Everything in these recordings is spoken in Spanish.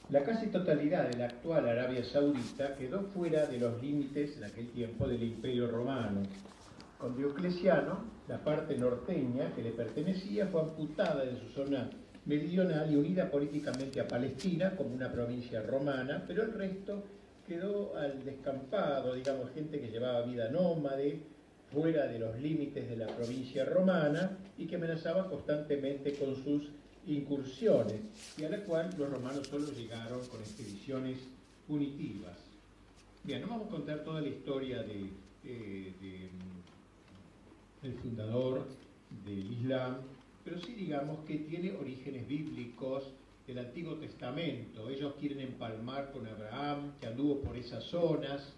La casi totalidad de la actual Arabia Saudita quedó fuera de los límites en aquel tiempo del Imperio Romano. Con Diocleciano, la parte norteña que le pertenecía fue amputada de su zona meridional y unida políticamente a Palestina como una provincia romana, pero el resto quedó al descampado, digamos, gente que llevaba vida nómade, fuera de los límites de la provincia romana y que amenazaba constantemente con sus incursiones, y a la cual los romanos solo llegaron con expediciones punitivas. Bien, no vamos a contar toda la historia del fundador del Islam, pero sí digamos que tiene orígenes bíblicos del Antiguo Testamento. Ellos quieren empalmar con Abraham, que anduvo por esas zonas,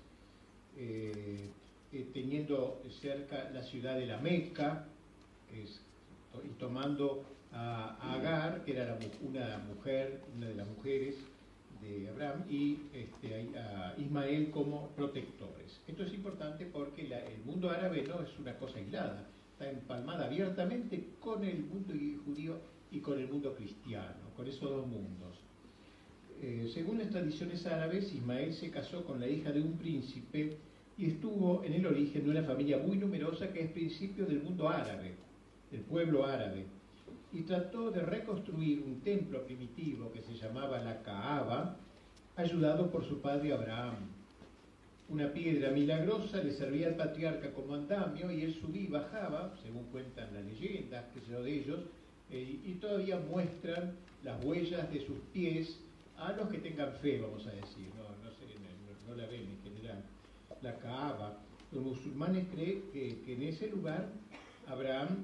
teniendo cerca la ciudad de la Meca, y tomando a Agar, que era una de las mujeres de Abraham, y a Ismael como protectores. Esto es importante porque el mundo árabe no es una cosa aislada, está empalmada abiertamente con el mundo judío y con el mundo cristiano, con esos dos mundos. Según las tradiciones árabes, Ismael se casó con la hija de un príncipe y estuvo en el origen de una familia muy numerosa que es principio del mundo árabe, del pueblo árabe, y trató de reconstruir un templo primitivo que se llamaba la Kaaba, ayudado por su padre Abraham. Una piedra milagrosa le servía al patriarca como andamio y él subía y bajaba, según cuentan las leyendas, que sé yo de ellos, y todavía muestran las huellas de sus pies a los que tengan fe, vamos a decir, no la ven en general. La Kaaba, los musulmanes creen que en ese lugar Abraham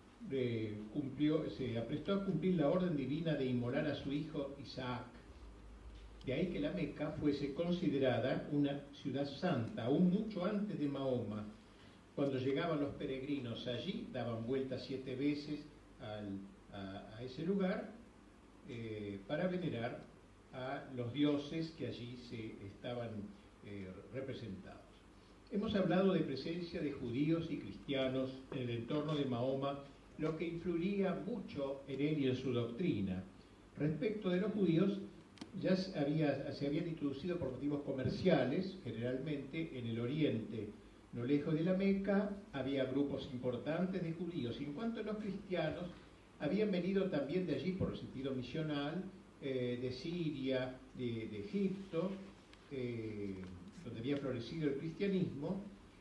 se aprestó a cumplir la orden divina de inmolar a su hijo Isaac. De ahí que la Meca fuese considerada una ciudad santa, aún mucho antes de Mahoma. Cuando llegaban los peregrinos allí, daban vueltas 7 veces a ese lugar para venerar a los dioses que allí estaban representados. Hemos hablado de presencia de judíos y cristianos en el entorno de Mahoma, lo que influiría mucho en él y en su doctrina. Respecto de los judíos, ya se habían introducido por motivos comerciales, generalmente en el oriente, no lejos de la Meca, había grupos importantes de judíos. Y en cuanto a los cristianos, habían venido también de allí por el sentido misional, de Siria, de Egipto, donde había florecido el cristianismo,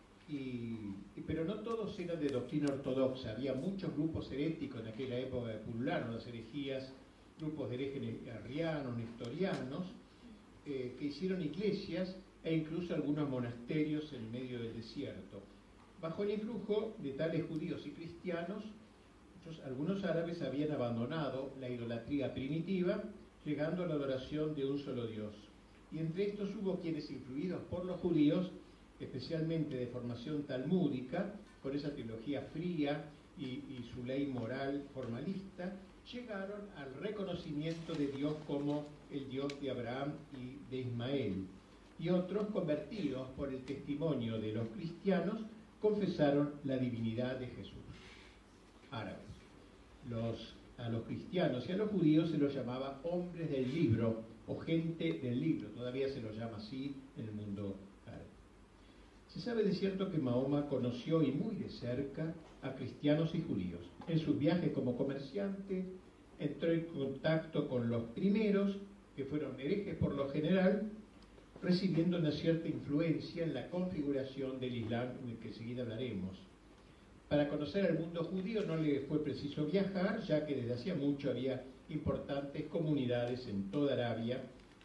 pero no todos eran de doctrina ortodoxa. Había muchos grupos heréticos en aquella época que pulularon las herejías, grupos de herejes arrianos, nestorianos, que hicieron iglesias e incluso algunos monasterios en medio del desierto. Bajo el influjo de tales judíos y cristianos, algunos árabes habían abandonado la idolatría primitiva, llegando a la adoración de un solo Dios. Y entre estos hubo quienes, influidos por los judíos, especialmente de formación talmúdica, con esa teología fría y su ley moral formalista, llegaron al reconocimiento de Dios como el Dios de Abraham y de Ismael. Y otros, convertidos por el testimonio de los cristianos, confesaron la divinidad de Jesús. Árabes. A los cristianos y a los judíos se los llamaba hombres del libro o gente del libro, todavía se los llama así en el mundo árabe. Se sabe de cierto que Mahoma conoció y muy de cerca a cristianos y judíos. En sus viajes como comerciante entró en contacto con los primeros, que fueron herejes por lo general, recibiendo una cierta influencia en la configuración del Islam, del que enseguida hablaremos. Para conocer al mundo judío no le fue preciso viajar, ya que desde hacía mucho había importantes comunidades en toda Arabia,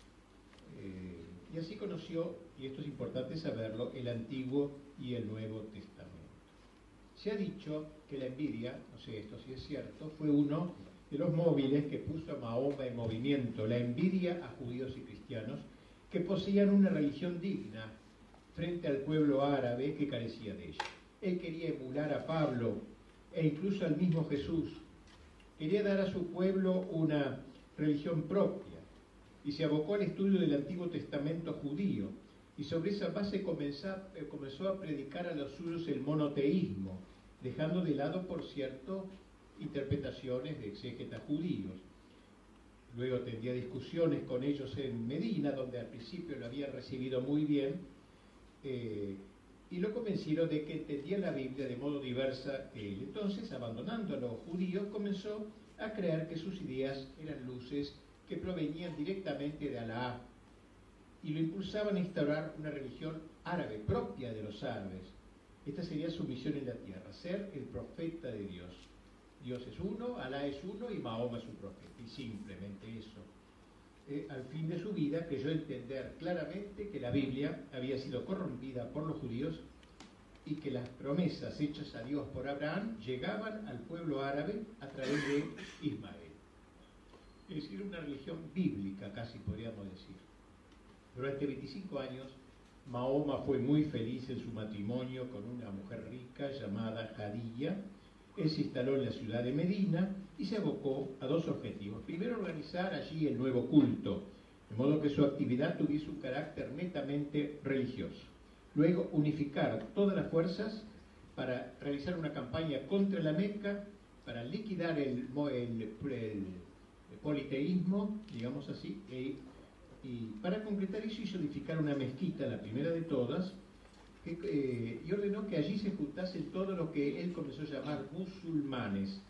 y así conoció, y esto es importante saberlo, el Antiguo y el Nuevo Testamento. Se ha dicho que la envidia, no sé esto si es cierto, fue uno de los móviles que puso a Mahoma en movimiento, la envidia a judíos y cristianos que poseían una religión digna frente al pueblo árabe que carecía de ella. Él quería emular a Pablo e incluso al mismo Jesús. Quería dar a su pueblo una religión propia y se abocó al estudio del Antiguo Testamento judío y sobre esa base comenzó a predicar a los suyos el monoteísmo, dejando de lado, por cierto, interpretaciones de exégetas judíos. luego tendría discusiones con ellos en Medina, donde al principio lo habían recibido muy bien, y lo convencieron de que entendía la Biblia de modo diversa que él. Entonces, abandonando a los judíos, comenzó a creer que sus ideas eran luces que provenían directamente de Alá, y lo impulsaban a instaurar una religión árabe, propia de los árabes. Esta sería su misión en la tierra, ser el profeta de Dios. Dios es uno, Alá es uno y Mahoma es su profeta, y simplemente eso. Al fin de su vida creyó entender claramente que la Biblia había sido corrompida por los judíos y que las promesas hechas a Dios por Abraham llegaban al pueblo árabe a través de Ismael. Es decir, una religión bíblica, casi podríamos decir. Durante 25 años, Mahoma fue muy feliz en su matrimonio con una mujer rica llamada Jadilla. Él se instaló en la ciudad de Medina y se abocó a dos objetivos. Primero, organizar allí el nuevo culto, de modo que su actividad tuviese un carácter netamente religioso. Luego, unificar todas las fuerzas para realizar una campaña contra la Meca, para liquidar el politeísmo, digamos así, y para concretar eso hizo edificar una mezquita, la primera de todas, y ordenó que allí se juntasen todo lo que él comenzó a llamar musulmanes,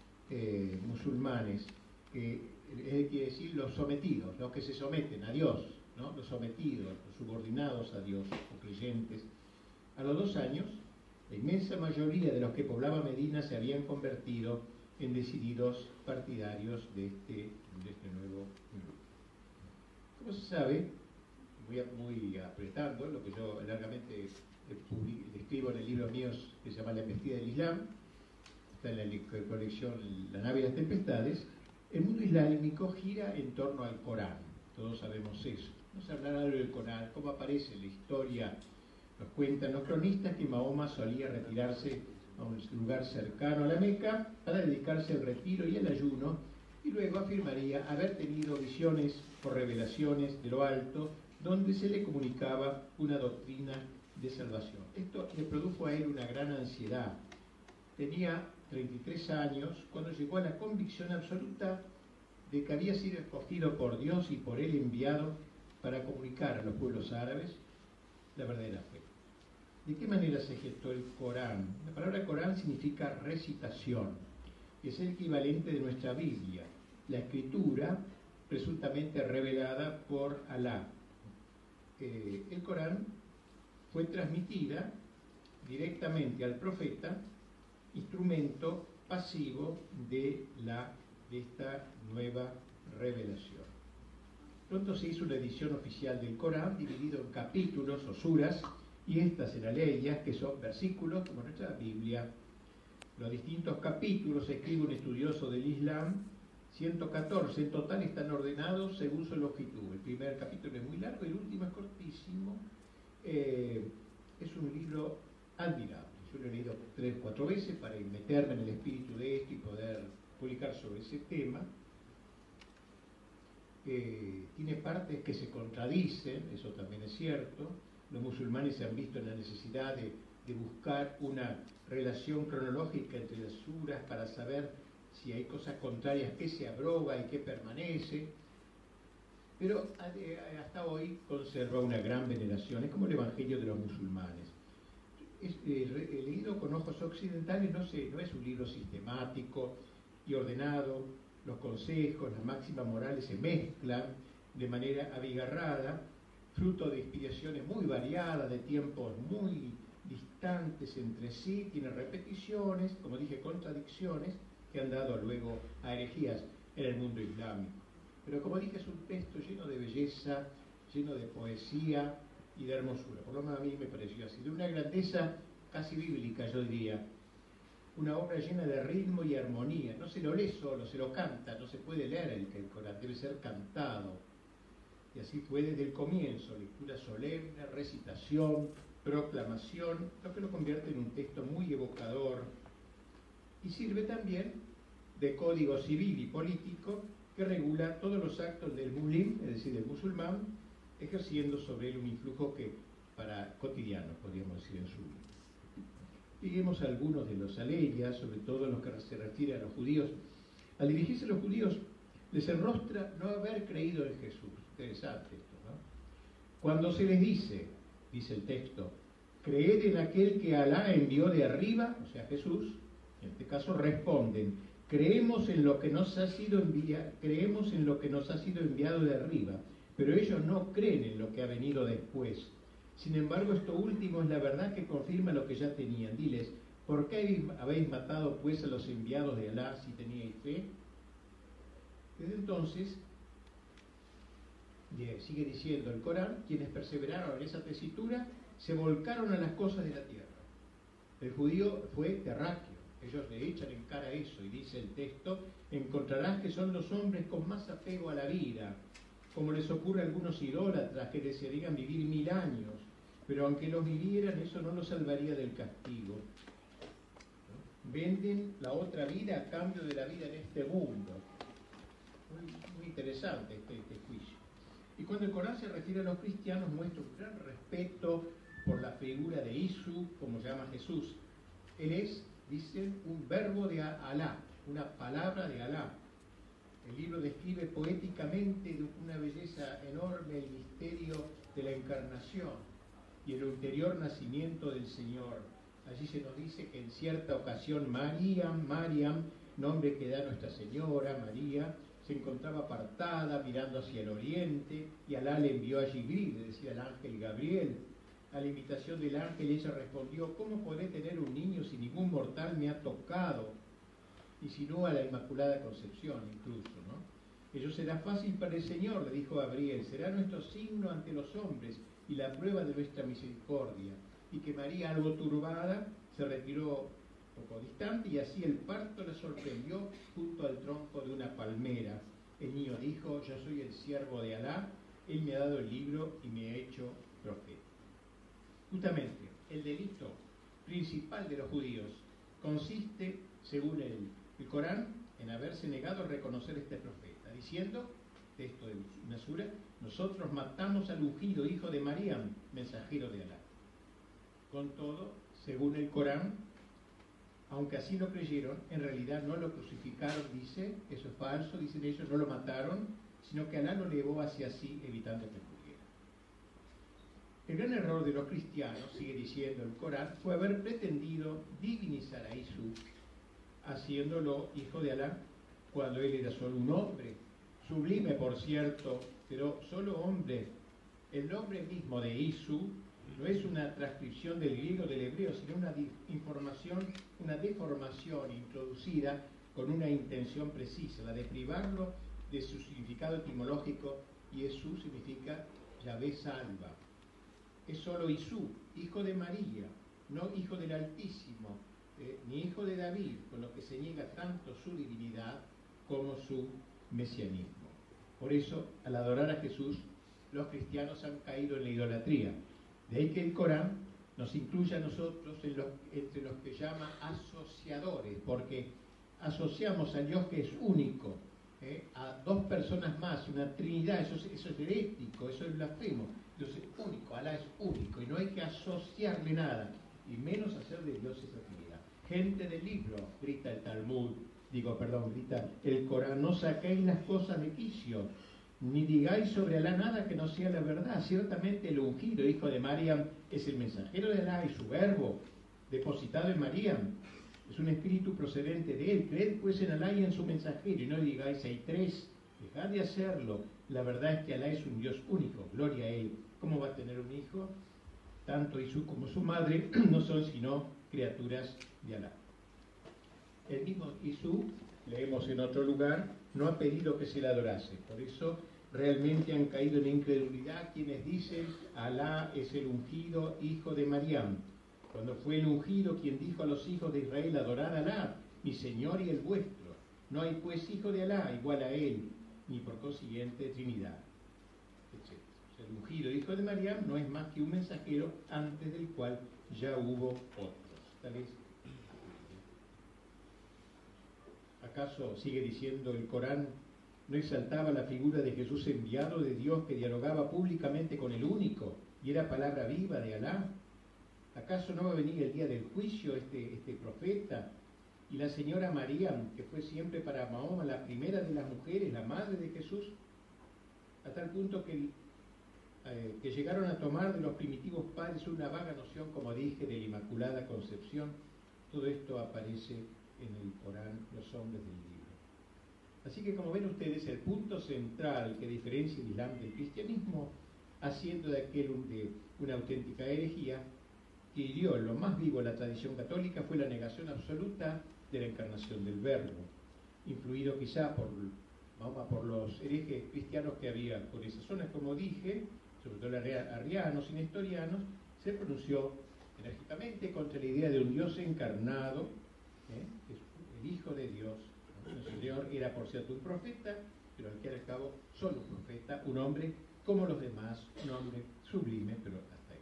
quiere decir los sometidos, los que se someten a Dios, ¿no? Los sometidos, los subordinados a Dios, o creyentes. A los 2 años, la inmensa mayoría de los que poblaban Medina se habían convertido en decididos partidarios de este nuevo grupo. Como se sabe, muy apretando lo que yo largamente escribo en el libro mío que se llama La embestida del Islam, está en la colección La nave de las tempestades. El mundo islámico gira en torno al Corán, todos sabemos eso. Vamos a hablar algo del Corán, cómo aparece en la historia. Nos cuentan los cronistas que Mahoma solía retirarse a un lugar cercano a la Meca para dedicarse al retiro y al ayuno, y luego afirmaría haber tenido visiones o revelaciones de lo alto donde se le comunicaba una doctrina de salvación. Esto le produjo a él una gran ansiedad. Tenía 33 años cuando llegó a la convicción absoluta de que había sido escogido por Dios y por él enviado para comunicar a los pueblos árabes la verdadera fe. ¿De qué manera se gestó el Corán? La palabra Corán significa recitación, y es el equivalente de nuestra Biblia, la escritura presuntamente revelada por Alá. El Corán fue transmitida directamente al profeta, instrumento pasivo de esta nueva revelación. Pronto se hizo una edición oficial del Corán, dividido en capítulos o suras, y estas eran leyes, que son versículos, como nuestra Biblia. Los distintos capítulos, escribe un estudioso del Islam, 114 en total están ordenados según su longitud. El primer capítulo es muy largo y el último es cortísimo. Es un libro admirable. Yo lo he leído 3 o 4 veces para meterme en el espíritu de esto y poder publicar sobre ese tema. Tiene partes que se contradicen, eso también es cierto. Los musulmanes se han visto en la necesidad de buscar una relación cronológica entre las suras para saber si hay cosas contrarias, qué se abroga y qué permanece. Pero hasta hoy conserva una gran veneración. Es como el Evangelio de los musulmanes. Leído con ojos occidentales no es un libro sistemático y ordenado. Los consejos, las máximas morales se mezclan de manera abigarrada, fruto de inspiraciones muy variadas, de tiempos muy distantes entre sí, tiene repeticiones, como dije, contradicciones, que han dado luego a herejías en el mundo islámico. Pero como dije, es un texto lleno de belleza, lleno de poesía y de hermosura. Por lo menos a mí me pareció así, de una grandeza casi bíblica, yo diría. Una obra llena de ritmo y armonía. No se lo lee solo, se lo canta, no se puede leer el Corán, debe ser cantado. Y así fue desde el comienzo, lectura solemne, recitación, proclamación, lo que lo convierte en un texto muy evocador. Y sirve también de código civil y político que regula todos los actos del muslim, es decir, del musulmán, ejerciendo sobre él un influjo cotidiano, podríamos decir, en su vida. Digamos algunos de los aleyas, sobre todo los que se refieren a los judíos. Al dirigirse a los judíos, les enrostra no haber creído en Jesús. Interesante esto, ¿no? Cuando se les dice, dice el texto, creed en aquel que Alá envió de arriba, o sea Jesús, en este caso responden, creemos en lo que nos ha sido enviado de arriba, pero ellos no creen en lo que ha venido después. Sin embargo, esto último es la verdad que confirma lo que ya tenían. Diles, ¿por qué habéis matado pues a los enviados de Alá si teníais fe? Desde entonces, sigue diciendo el Corán, quienes perseveraron en esa tesitura se volcaron a las cosas de la tierra. El judío fue terráqueo, ellos le echan en cara eso y dice el texto, encontrarás que son los hombres con más apego a la vida, como les ocurre a algunos idólatras que desearían vivir 1000 años, pero aunque los vivieran eso no los salvaría del castigo. Venden la otra vida a cambio de la vida en este mundo. Muy interesante este juicio. Y cuando el Corán se refiere a los cristianos muestra un gran respeto por la figura de Isu, como se llama Jesús. Él es, dicen, un verbo de Alá, una palabra de Alá. El libro describe poéticamente de una belleza enorme el misterio de la encarnación y el ulterior nacimiento del Señor. Allí se nos dice que en cierta ocasión Mariam, nombre que da Nuestra Señora, María, se encontraba apartada mirando hacia el oriente y Alá le envió a Jibril, es decir, al ángel Gabriel. A la invitación del ángel ella respondió, ¿cómo podré tener un niño si ningún mortal me ha tocado? Insinuó a la Inmaculada Concepción incluso, ¿no? Ello será fácil para el Señor, le dijo Gabriel, será nuestro signo ante los hombres y la prueba de nuestra misericordia. Y que María, algo turbada, se retiró un poco distante y así el parto le sorprendió junto al tronco de una palmera. El niño dijo, yo soy el siervo de Alá, él me ha dado el libro y me ha hecho profeta. Justamente, el delito principal de los judíos consiste, según el Corán, en haberse negado a reconocer este profeta, diciendo, texto de una sura, nosotros matamos al ungido hijo de Mariam, mensajero de Alá. Con todo, según el Corán, aunque así lo creyeron, en realidad no lo crucificaron, dice, eso es falso, dicen ellos, no lo mataron, sino que Alá lo llevó hacia sí, evitando que muriera. El gran error de los cristianos, sigue diciendo el Corán, fue haber pretendido divinizar a Isu, haciéndolo hijo de Alá, cuando él era solo un hombre, sublime por cierto, pero solo hombre. El nombre mismo de Isu no es una transcripción del griego del hebreo, sino una deformación introducida con una intención precisa, la de privarlo de su significado etimológico, y Isu significa Yahvé salva. Es solo Isu, hijo de María, no hijo del Altísimo, ni hijo de David, con lo que se niega tanto su divinidad como su mesianismo. Por eso, al adorar a Jesús, los cristianos han caído en la idolatría. De ahí que el Corán nos incluye a nosotros entre los que llama asociadores, porque asociamos a Dios que es único, a dos personas más, una trinidad, eso es herético, eso es blasfemo. Entonces, único, Alá es único y no hay que asociarle nada, y menos hacer de Dios esa trinidad. Gente del libro, grita el Talmud, grita el Corán, no saquéis las cosas de quicio, ni digáis sobre Alá nada que no sea la verdad. Ciertamente el ungido, hijo de Mariam, es el mensajero de Alá y su verbo, depositado en Mariam. Es un espíritu procedente de él. Creed pues en Alá y en su mensajero, y no digáis hay tres. Dejad de hacerlo. La verdad es que Alá es un Dios único. Gloria a él. ¿Cómo va a tener un hijo? Tanto Isu como su madre no son sino criaturas de Alá. El mismo Isu, leemos en otro lugar, no ha pedido que se le adorase. Por eso realmente han caído en incredulidad quienes dicen Alá es el ungido hijo de Mariam, cuando fue el ungido quien dijo a los hijos de Israel, adorad a Alá, mi Señor y el vuestro. No hay pues hijo de Alá igual a él, ni por consiguiente Trinidad, etc. O sea, el ungido hijo de Mariam no es más que un mensajero antes del cual ya hubo otros. Tal vez. ¿Acaso, sigue diciendo el Corán, no exaltaba la figura de Jesús enviado de Dios que dialogaba públicamente con el único y era palabra viva de Alá? ¿Acaso no va a venir el día del juicio este profeta y la señora María, que fue siempre para Mahoma la primera de las mujeres, la madre de Jesús, a tal punto que llegaron a tomar de los primitivos padres una vaga noción, como dije, de la Inmaculada Concepción. Todo esto aparece en el Corán, los hombres del libro. Así que, como ven ustedes, el punto central que diferencia el Islam del cristianismo, haciendo de aquel una auténtica herejía, que hirió en lo más vivo la tradición católica, fue la negación absoluta de la encarnación del Verbo, influido quizá por los herejes cristianos que había por esa zona. Como dije, sobre todo arrianos y nestorianos, se pronunció enérgicamente contra la idea de un Dios encarnado, que es el Hijo de Dios. El Señor era, por cierto, un profeta, pero al fin y al cabo solo un profeta, un hombre como los demás, un hombre sublime, pero hasta ahí.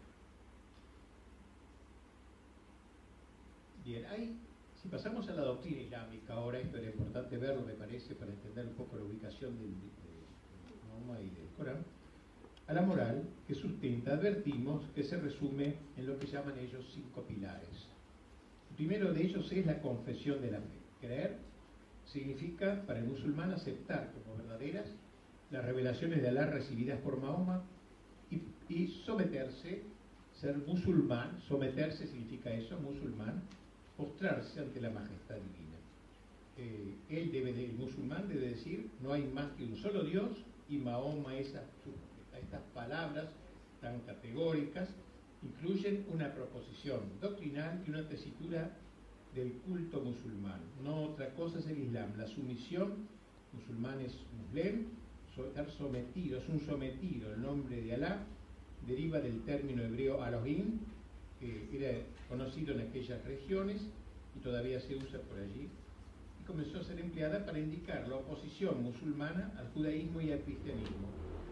Bien, si pasamos a la doctrina islámica, ahora esto era importante verlo, me parece, para entender un poco la ubicación de Mahoma y del Corán. A la moral que sustenta, advertimos que se resume en lo que llaman ellos 5 pilares. El primero de ellos es la confesión de la fe. Creer significa, para el musulmán, aceptar como verdaderas las revelaciones de Alá recibidas por Mahoma y someterse, ser musulmán. Someterse significa eso, musulmán, postrarse ante la majestad divina. El musulmán debe decir: no hay más que un solo Dios y Mahoma es su profeta. Estas palabras tan categóricas incluyen una proposición doctrinal y una tesitura del culto musulmán. No otra cosa es el Islam, la sumisión. Musulmán es muslem, estar sometido, es un sometido. El nombre de Alá deriva del término hebreo Elohim, que era conocido en aquellas regiones y todavía se usa por allí, y comenzó a ser empleada para indicar la oposición musulmana al judaísmo y al cristianismo.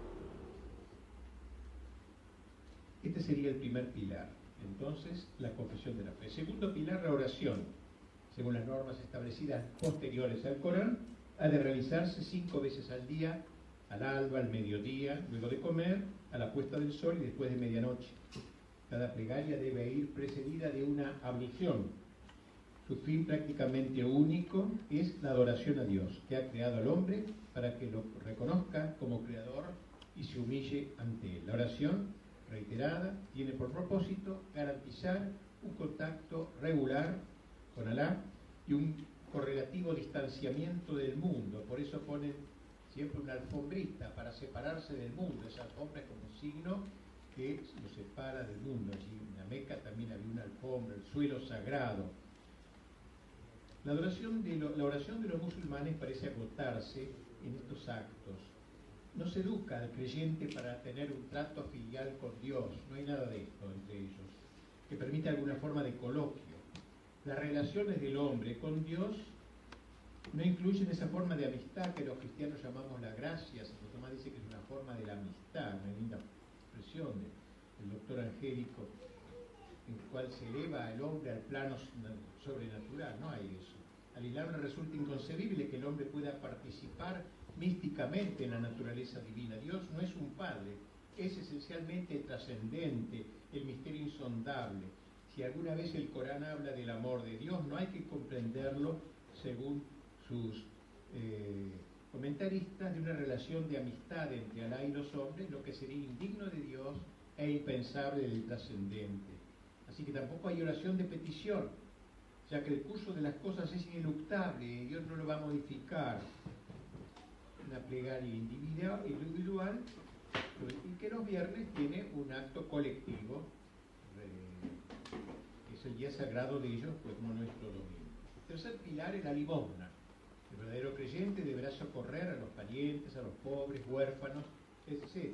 Este sería el primer pilar. Entonces, la confesión de la fe. Segundo pilar, la oración. Según las normas establecidas posteriores al Corán, ha de realizarse 5 veces al día, al alba, al mediodía, luego de comer, a la puesta del sol y después de medianoche. Cada plegaria debe ir precedida de una ablución. Su fin prácticamente único es la adoración a Dios, que ha creado al hombre para que lo reconozca como creador y se humille ante él. La oración reiterada tiene por propósito garantizar un contacto regular con Alá y un correlativo distanciamiento del mundo. Por eso ponen siempre una alfombrita para separarse del mundo. Esa alfombra es como un signo que lo separa del mundo. Allí en la Meca también había una alfombra, el suelo sagrado. La oración de los musulmanes parece agotarse en estos actos. No se educa al creyente para tener un trato filial con Dios, no hay nada de esto entre ellos, que permita alguna forma de coloquio. Las relaciones del hombre con Dios no incluyen esa forma de amistad que los cristianos llamamos la gracia. Santo Tomás dice que es una forma de la amistad, una linda expresión del doctor Angélico, en el cual se eleva al hombre al plano sobrenatural. No hay eso. Al Islam le resulta inconcebible que el hombre pueda participar místicamente en la naturaleza divina. Dios no es un padre, es esencialmente trascendente, el misterio insondable. Si alguna vez el Corán habla del amor de Dios, no hay que comprenderlo según sus comentaristas de una relación de amistad entre Alá y los hombres, lo que sería indigno de Dios e impensable del trascendente. Así que tampoco hay oración de petición, ya que el curso de las cosas es ineluctable y Dios no lo va a modificar. Una plegaria individual y que los viernes tiene un acto colectivo, que es el día sagrado de ellos, pues como nuestro domingo. El tercer pilar es la limosna. El verdadero creyente deberá socorrer a los parientes, a los pobres, huérfanos, etc.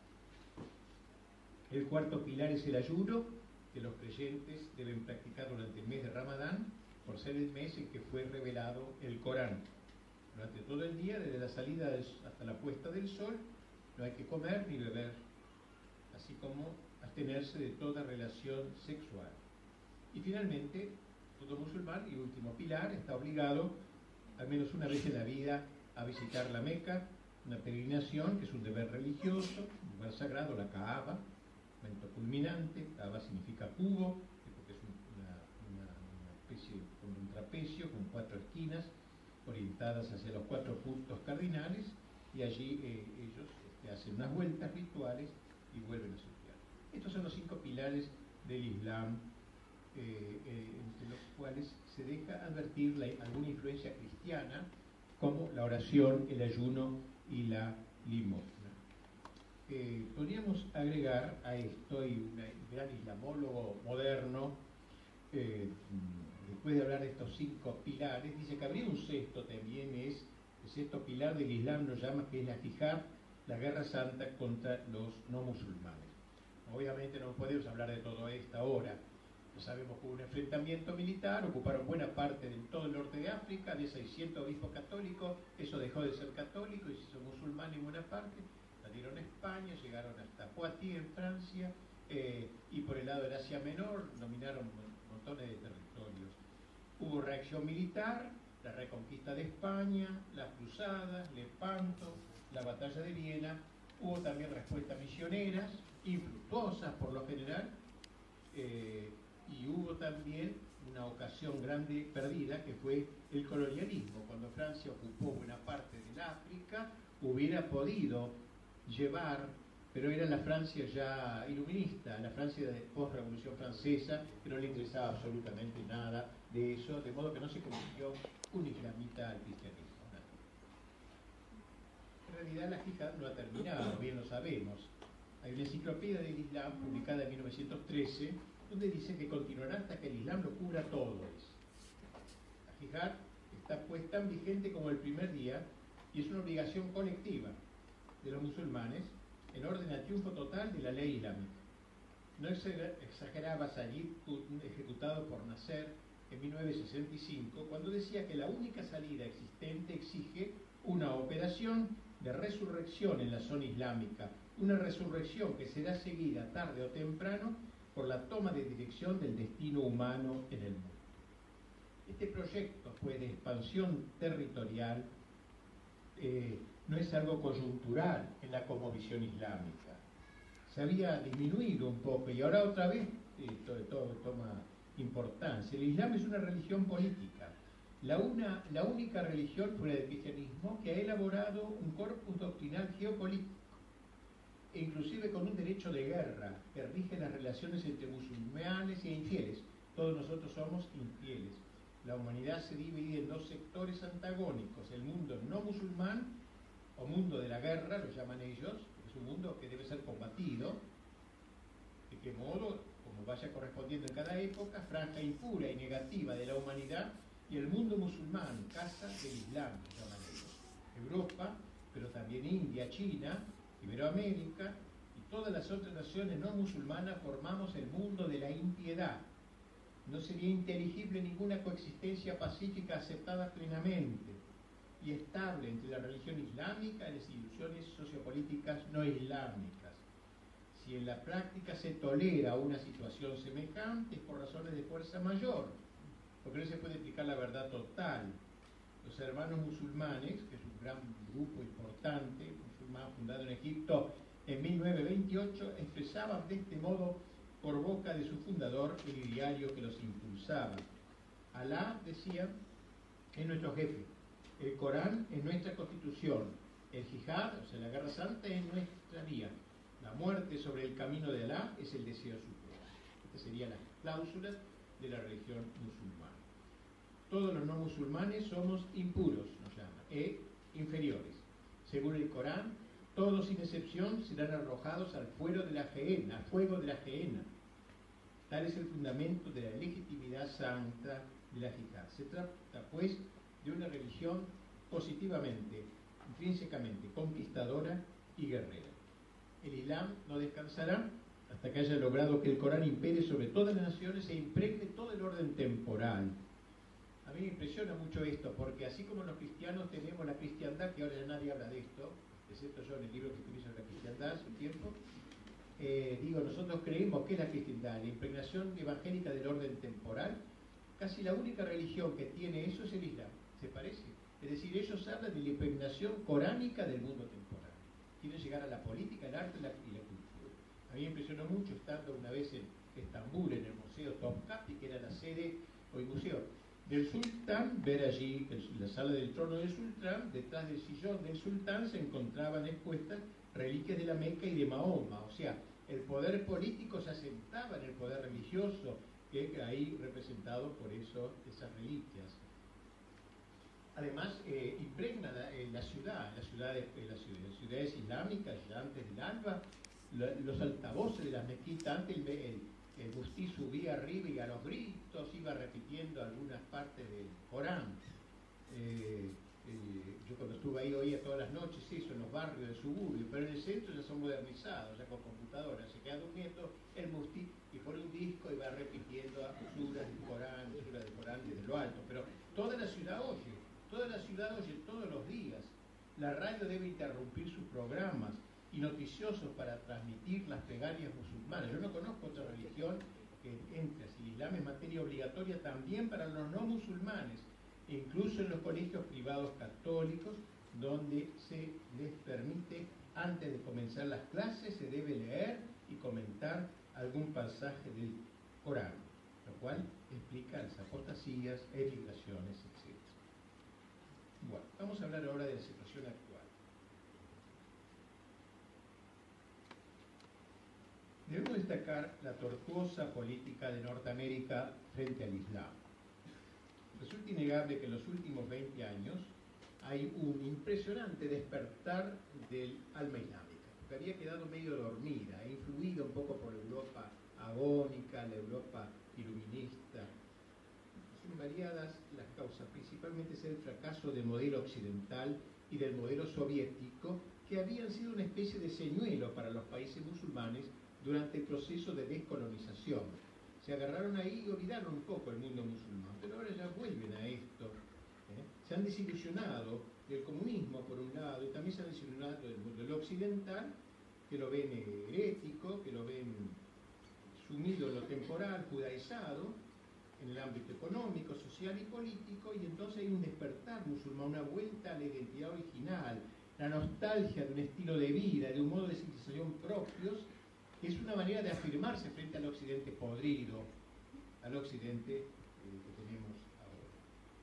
El cuarto pilar es el ayuno, que los creyentes deben practicar durante el mes de Ramadán, por ser el mes en que fue revelado el Corán. Durante todo el día, desde la salida hasta la puesta del sol, no hay que comer ni beber, así como abstenerse de toda relación sexual. Y finalmente, todo musulmán, y último pilar, está obligado al menos una vez en la vida a visitar la Meca, una peregrinación que es un deber religioso, un lugar sagrado, la Kaaba, momento culminante. Kaaba significa cubo, porque es una especie como un trapecio con 4 esquinas orientadas hacia los 4 puntos cardinales, y allí ellos hacen unas vueltas rituales y vuelven a su tierra. Estos son los 5 pilares del Islam, entre los cuales se deja advertir alguna influencia cristiana, como la oración, el ayuno y la limosna. Podríamos agregar a esto, y un gran islamólogo moderno, después de hablar de estos 5 pilares, dice que habría un sexto también, el sexto pilar del Islam lo llama, que es la jihad, la guerra santa contra los no musulmanes. Obviamente no podemos hablar de todo esto ahora. Sabemos que hubo un enfrentamiento militar, ocuparon buena parte de todo el norte de África, de 600 obispos católicos, eso dejó de ser católico y se hizo musulmán en buena parte, salieron a España, llegaron hasta Poitiers en Francia, y por el lado del Asia Menor dominaron montones de territorios. Hubo reacción militar, la reconquista de España, las cruzadas, Lepanto, la batalla de Viena. Hubo también respuestas misioneras, infructuosas por lo general, y hubo también una ocasión grande perdida, que fue el colonialismo. Cuando Francia ocupó buena parte del África, hubiera podido llevar, pero era la Francia ya iluminista, la Francia de post-revolución francesa, que no le interesaba absolutamente nada de eso, de modo que no se convirtió un islamita al cristianismo. En realidad la jihad no ha terminado, bien lo sabemos. Hay una enciclopedia del Islam publicada en 1913, donde dice que continuará hasta que el Islam lo cubra todo. La jihad está pues tan vigente como el primer día, y es una obligación colectiva de los musulmanes en orden al triunfo total de la ley islámica. No exageraba Sayyid Qutb, ejecutado por Nasser en 1965, cuando decía que la única salida existente exige una operación de resurrección en la zona islámica, una resurrección que será seguida tarde o temprano por la toma de dirección del destino humano en el mundo. Este proyecto, pues, de expansión territorial, no es algo coyuntural en la cosmovisión islámica. Se había disminuido un poco y ahora otra vez todo toma importancia. El Islam es una religión política, la única religión fuera del cristianismo que ha elaborado un corpus doctrinal geopolítico, e inclusive con un derecho de guerra que rige las relaciones entre musulmanes e infieles. Todos nosotros somos infieles. La humanidad se divide en 2 sectores antagónicos: el mundo no musulmán, o mundo de la guerra, lo llaman ellos, es un mundo que debe ser combatido, de qué modo, como vaya correspondiendo en cada época, franja impura y negativa de la humanidad, y el mundo musulmán, casa del Islam, lo llaman ellos. Europa, pero también India, China, Iberoamérica y todas las otras naciones no musulmanas formamos el mundo de la impiedad. No sería inteligible ninguna coexistencia pacífica aceptada plenamente y estable entre la religión islámica y las instituciones sociopolíticas no islámicas. Si en la práctica se tolera una situación semejante, es por razones de fuerza mayor, porque no se puede explicar la verdad total. Los hermanos musulmanes, que es un gran grupo importante, musulmán fundado en Egipto en 1928, expresaban de este modo por boca de su fundador el ideario que los impulsaba. Alá, decían, es nuestro jefe, el Corán es nuestra constitución, el jihad, o sea, la guerra santa, es nuestra vía, la muerte sobre el camino de Alá es el deseo supremo. Estas serían las cláusulas de la religión musulmana. Todos los no musulmanes somos impuros, nos llama, inferiores. Según el Corán, todos sin excepción serán arrojados al fuego de la gehenna. Tal es el fundamento de la legitimidad santa de la jihad. Se trata, pues, de una religión positivamente, intrínsecamente conquistadora y guerrera. El Islam no descansará hasta que haya logrado que el Corán impere sobre todas las naciones e impregne todo el orden temporal. A mí me impresiona mucho esto, porque así como los cristianos tenemos la cristiandad, que ahora ya nadie habla de esto, excepto yo en el libro que escribí sobre la cristiandad hace un tiempo, nosotros creemos que es la cristiandad, la impregnación evangélica del orden temporal. Casi la única religión que tiene eso es el Islam, ¿se parece? Es decir, ellos hablan de la impregnación coránica del mundo temporal. Quieren llegar a la política, el arte y la cultura. A mí me impresionó mucho estando una vez en Estambul, en el Museo Topkapi, que era la sede hoy museo, del sultán, ver allí en la sala del trono del sultán, detrás del sillón del sultán se encontraban expuestas reliquias de la Meca y de Mahoma, o sea, el poder político se asentaba en el poder religioso, que ahí representado por eso, esas reliquias. Además, impregna las ciudades islámicas, ya antes del alba, los altavoces de las mezquitas, antes el mufti subía arriba y a los gritos iba repitiendo algunas partes del Corán. Yo cuando estuve ahí oía todas las noches eso en los barrios de suburbio, pero en el centro ya son modernizados, ya con computadoras. Se queda durmiendo el mufti y pone un disco y va repitiendo suras del Corán desde lo alto. Pero toda la ciudad oye todos los días. La radio debe interrumpir sus programas y noticiosos para transmitir las plegarias musulmanas. Yo no conozco otra religión que entre, si el Islam es materia obligatoria también para los no musulmanes, incluso en los colegios privados católicos, donde se les permite, antes de comenzar las clases, se debe leer y comentar algún pasaje del Corán, lo cual explica las apostasías, emigraciones, etc. Bueno, vamos a hablar ahora de la situación actual. Debemos destacar la tortuosa política de Norteamérica frente al Islam. Resulta innegable que en los últimos 20 años hay un impresionante despertar del alma islámica, que había quedado medio dormida, influida un poco por la Europa agónica, la Europa iluminista. Son variadas las causas, principalmente es el fracaso del modelo occidental y del modelo soviético, que habían sido una especie de señuelo para los países musulmanes durante el proceso de descolonización. Se agarraron ahí y olvidaron un poco el mundo musulmán, pero ahora ya vuelven a esto. Se han desilusionado del comunismo por un lado y también se han desilusionado del mundo occidental, que lo ven herético, que lo ven sumido en lo temporal, judaizado, en el ámbito económico, social y político, y entonces hay un despertar musulmán, una vuelta a la identidad original, la nostalgia de un estilo de vida, de un modo de civilización propios, que es una manera de afirmarse frente al occidente podrido, al occidente que tenemos ahora.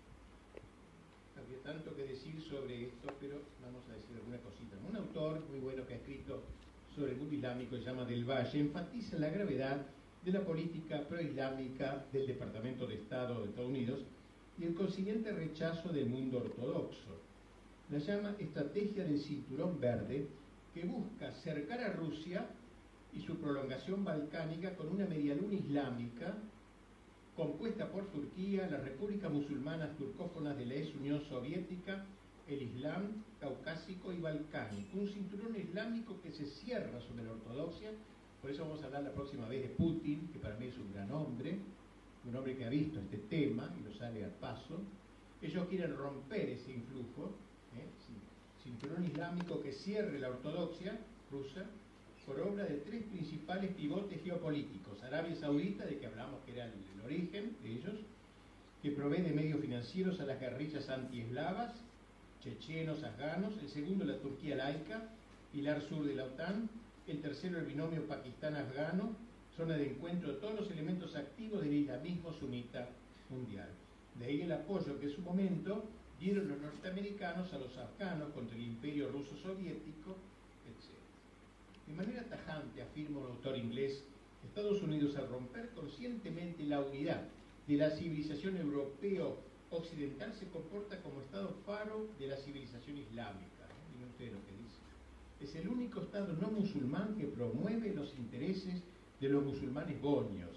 Habría tanto que decir sobre esto, pero vamos a decir alguna cosita. Un autor muy bueno que ha escrito sobre el mundo islámico, se llama Del Valle, enfatiza la gravedad de la política proislámica del Departamento de Estado de Estados Unidos y el consiguiente rechazo del mundo ortodoxo. La llama estrategia del cinturón verde, que busca acercar a Rusia y su prolongación balcánica con una medialuna islámica compuesta por Turquía, las repúblicas musulmanas turcófonas de la ex Unión Soviética, el Islam caucásico y balcánico. Un cinturón islámico que se cierra sobre la ortodoxia. Por eso vamos a hablar la próxima vez de Putin, que para mí es un gran hombre, un hombre que ha visto este tema y lo sale al paso. Ellos quieren romper ese influjo, cinturón islámico que cierre la ortodoxia rusa, por obra de tres principales pivotes geopolíticos. Arabia Saudita, de que hablamos que era el origen de ellos, que provee de medios financieros a las guerrillas antieslavas, chechenos, afganos. El segundo, la Turquía laica, pilar sur de la OTAN. El tercero, el binomio pakistán-afgano, zona de encuentro de todos los elementos activos del islamismo sunita mundial. De ahí el apoyo que en su momento dieron los norteamericanos a los afganos contra el imperio ruso soviético, etc. De manera tajante, afirma un autor inglés, Estados Unidos, al romper conscientemente la unidad de la civilización europeo-occidental, se comporta como Estado faro de la civilización islámica. Miren ustedes lo que dice. Es el único Estado no musulmán que promueve los intereses de los musulmanes bosnios.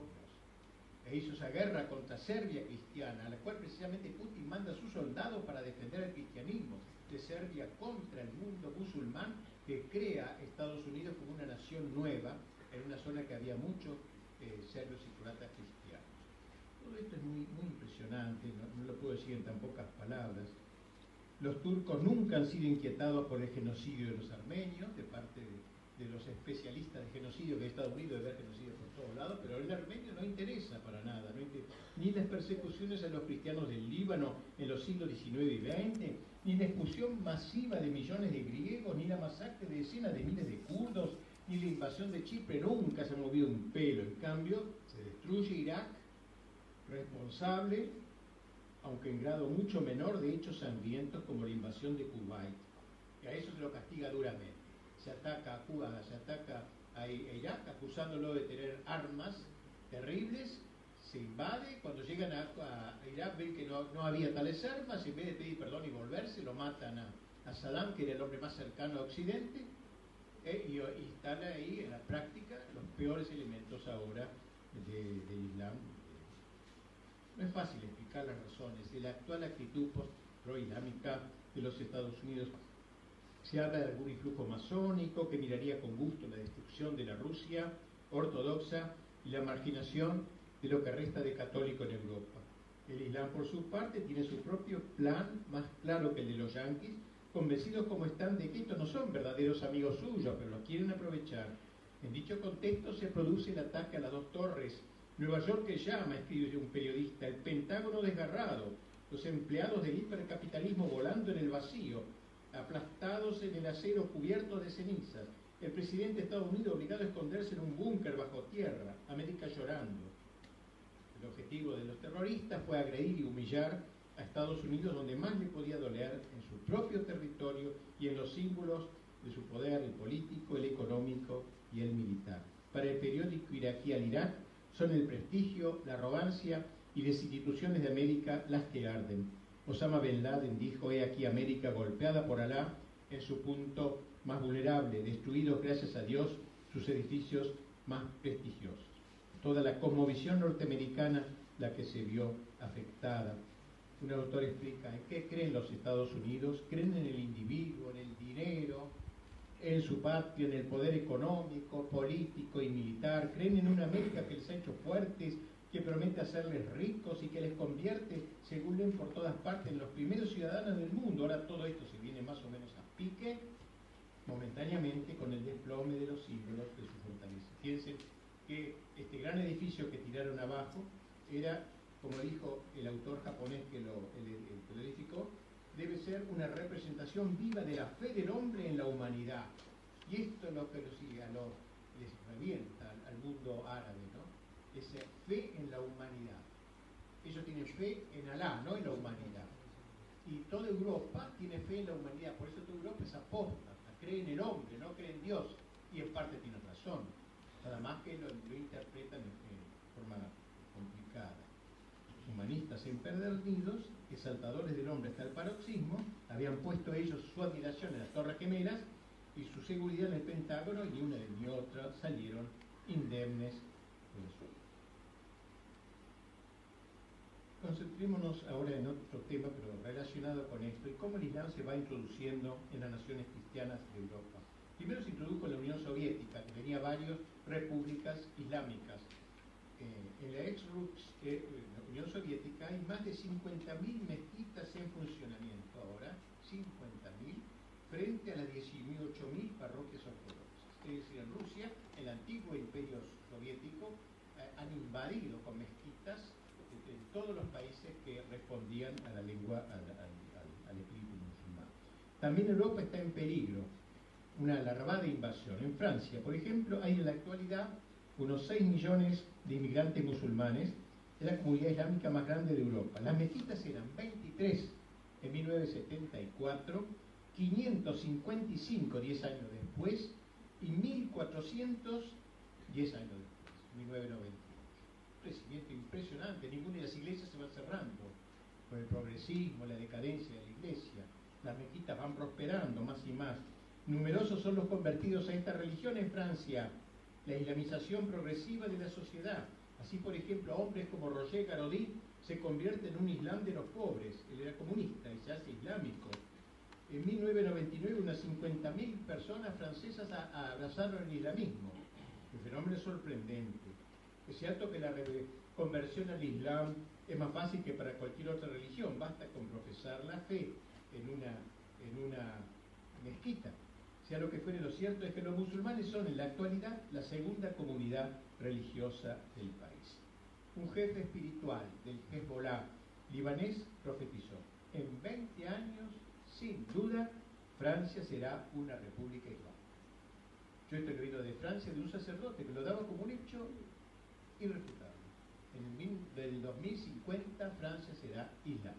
E hizo esa guerra contra Serbia cristiana, a la cual precisamente Putin manda a sus soldados para defender el cristianismo de Serbia contra el mundo musulmán, que crea Estados Unidos como una nación nueva en una zona que había muchos serbios y croatas cristianos. Todo esto es muy, muy impresionante, no lo puedo decir en tan pocas palabras. Los turcos nunca han sido inquietados por el genocidio de los armenios, de parte de los especialistas de genocidio, que Estados Unidos debe haber genocidio por todos lados, pero el armenio no interesa para nada, ni las persecuciones a los cristianos del Líbano en los siglos XIX y XX, ni la expulsión masiva de millones de griegos, ni la masacre de decenas de miles de kurdos, ni la invasión de Chipre. Nunca se ha movido un pelo. En cambio, se destruye Irak, responsable, aunque en grado mucho menor, de hechos sangrientos como la invasión de Kuwait. Y a eso se lo castiga duramente. Se ataca a Cuba, se ataca a Irak acusándolo de tener armas terribles, se invade, cuando llegan a Irak ven que no había tales armas, en vez de pedir perdón y volverse, lo matan a Saddam, que era el hombre más cercano a Occidente, y están ahí en la práctica los peores elementos ahora del Islam. No es fácil explicar las razones de la actual actitud pro-islámica de los Estados Unidos. Se habla de algún influjo masónico que miraría con gusto la destrucción de la Rusia ortodoxa y la marginación de lo que resta de católico en Europa. El Islam, por su parte, tiene su propio plan, más claro que el de los yanquis, convencidos como están de que estos no son verdaderos amigos suyos, pero los quieren aprovechar. En dicho contexto se produce el ataque a las dos torres. Nueva York que llama, escribe un periodista, el Pentágono desgarrado, los empleados del hipercapitalismo volando en el vacío, aplastados en el acero cubiertos de cenizas, el presidente de Estados Unidos obligado a esconderse en un búnker bajo tierra, América llorando. El objetivo de los terroristas fue agredir y humillar a Estados Unidos donde más le podía doler, en su propio territorio y en los símbolos de su poder, el político, el económico y el militar. Para el periódico iraquí Al Irak son el prestigio, la arrogancia y las instituciones de América las que arden. Osama Bin Laden dijo: he aquí América golpeada por Alá en su punto más vulnerable, destruidos gracias a Dios sus edificios más prestigiosos. Toda la cosmovisión norteamericana la que se vio afectada. Un autor explica: ¿en qué creen los Estados Unidos? Creen en el individuo, en el dinero, en su patria, en el poder económico, político y militar. Creen en una América que les ha hecho fuertes, que promete hacerles ricos y que les convierte, según leen por todas partes, en los primeros ciudadanos del mundo. Ahora todo esto se viene más o menos a pique, momentáneamente, con el desplome de los símbolos de su fortaleza. Fíjense que este gran edificio que tiraron abajo era, como dijo el autor japonés que lo edificó, debe ser una representación viva de la fe del hombre en la humanidad. Y esto es lo que les revienta al mundo árabe, ¿no? Esa fe en la humanidad. Ellos tienen fe en Alá, no en la humanidad. Y toda Europa tiene fe en la humanidad, por eso toda Europa es apóstata, cree en el hombre, no cree en Dios. Y en parte tiene razón, nada más que lo interpretan de forma complicada. Humanistas empedernidos, exaltadores del hombre hasta el paroxismo, habían puesto ellos su admiración en las Torres Gemelas y su seguridad en el Pentágono, y una ni otra salieron indemnes de eso. Concentrémonos ahora en otro tema, pero relacionado con esto, y cómo el Islam se va introduciendo en las naciones cristianas de Europa. Primero se introdujo en la Unión Soviética, que tenía varias repúblicas islámicas. En la Unión Soviética hay más de 50.000 mezquitas en funcionamiento ahora, 50.000, frente a las 18.000 parroquias ortodoxas. Es decir, en Rusia, el antiguo imperio soviético, han invadido con mezquitas en todos los países que respondían a la lengua, al espíritu musulmán. También Europa está en peligro, una larvada invasión. En Francia, por ejemplo, hay en la actualidad unos 6 millones de inmigrantes musulmanes, es la comunidad islámica más grande de Europa. Las mezquitas eran 23 en 1974, 555 10 años después, y 1400 10 años después, 1998. Crecimiento impresionante, ninguna de las iglesias se va cerrando por el progresismo, la decadencia de la iglesia. Las mezquitas van prosperando más y más. Numerosos son los convertidos a esta religión en Francia. La islamización progresiva de la sociedad. Así, por ejemplo, hombres como Roger Garodí se convierten en un islam de los pobres. Él era comunista y se hace islámico. En 1999 unas 50.000 personas francesas abrazaron el islamismo. El fenómeno es sorprendente. Es cierto que la conversión al Islam es más fácil que para cualquier otra religión. Basta con profesar la fe en una mezquita. Sea lo que fuere, lo cierto es que los musulmanes son en la actualidad la segunda comunidad religiosa del país. Un jefe espiritual del Hezbollah libanés profetizó: en 20 años, sin duda, Francia será una república islámica. Yo esto lo he oído de Francia, de un sacerdote que lo daba como un hecho irrefutable. del 2050 Francia será islámica.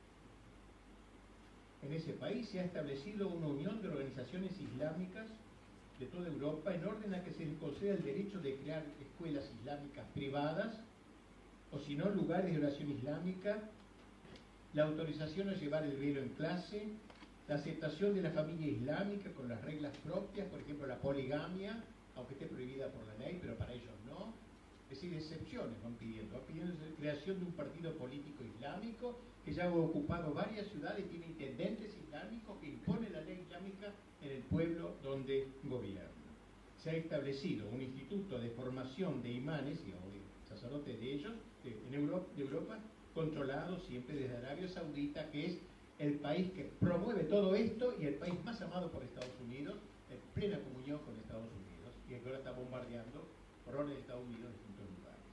En ese país se ha establecido una unión de organizaciones islámicas de toda Europa en orden a que se les conceda el derecho de crear escuelas islámicas privadas o si no lugares de oración islámica, la autorización a llevar el velo en clase, la aceptación de la familia islámica con las reglas propias, por ejemplo la poligamia, aunque esté prohibida por la ley, pero para ellos no. Es decir, excepciones van pidiendo la creación de un partido político islámico que ya ha ocupado varias ciudades, tiene intendentes islámicos que impone la ley islámica en el pueblo donde gobierna. Se ha establecido un instituto de formación de imanes y sacerdotes de ellos, de Europa, controlado siempre desde Arabia Saudita, que es el país que promueve todo esto y el país más amado por Estados Unidos, en plena comunión con Estados Unidos, y que ahora está bombardeando por orden de Estados Unidos en distintos lugares.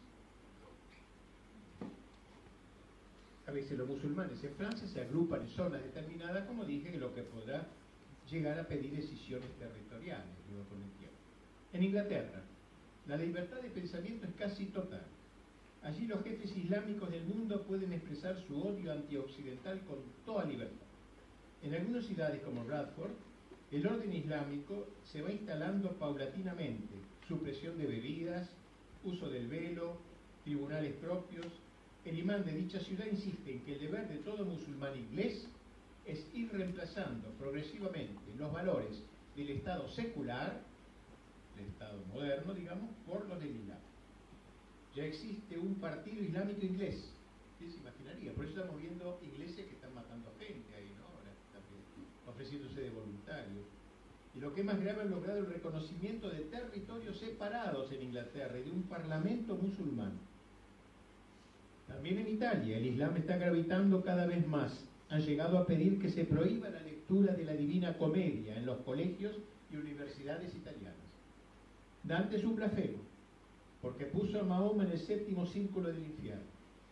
A veces los musulmanes en Francia se agrupan en zonas determinadas, como dije, lo que podrá llegar a pedir decisiones territoriales luego con el tiempo. En Inglaterra, la libertad de pensamiento es casi total. Allí los jefes islámicos del mundo pueden expresar su odio antioccidental con toda libertad. En algunas ciudades como Bradford, el orden islámico se va instalando paulatinamente. Supresión de bebidas, uso del velo, tribunales propios. El imán de dicha ciudad insiste en que el deber de todo musulmán inglés es ir reemplazando progresivamente los valores del Estado secular, del Estado moderno, digamos, por los del Islam. Ya existe un partido islámico inglés. ¿Quién se imaginaría? Por eso estamos viendo iglesias que están matando gente ahí, ¿no? Ahora también ofreciéndose de voluntarios. Y lo que es más grave, han logrado el reconocimiento de territorios separados en Inglaterra y de un parlamento musulmán. También en Italia, el Islam está gravitando cada vez más. Han llegado a pedir que se prohíba la lectura de la Divina Comedia en los colegios y universidades italianas. Dante es un blasfemo, porque puso a Mahoma en el séptimo círculo del infierno.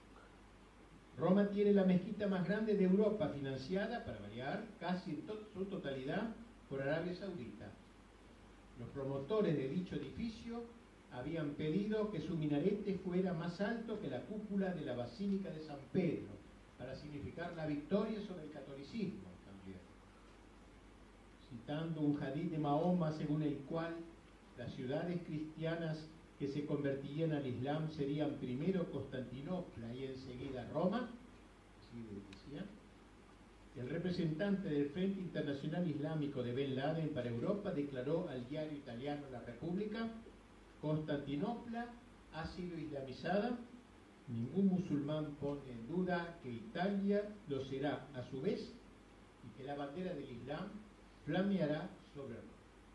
Roma tiene la mezquita más grande de Europa, financiada, para variar, casi en su totalidad por Arabia Saudita. Los promotores de dicho edificio habían pedido que su minarete fuera más alto que la cúpula de la Basílica de San Pedro, para significar la victoria sobre el catolicismo también. Citando un hadith de Mahoma según el cual las ciudades cristianas que se convertirían al Islam serían primero Constantinopla y enseguida Roma, así decía. El representante del Frente Internacional Islámico de Ben Laden para Europa declaró al diario italiano La República: Constantinopla ha sido islamizada, ningún musulmán pone en duda que Italia lo será a su vez y que la bandera del Islam flameará sobre Roma.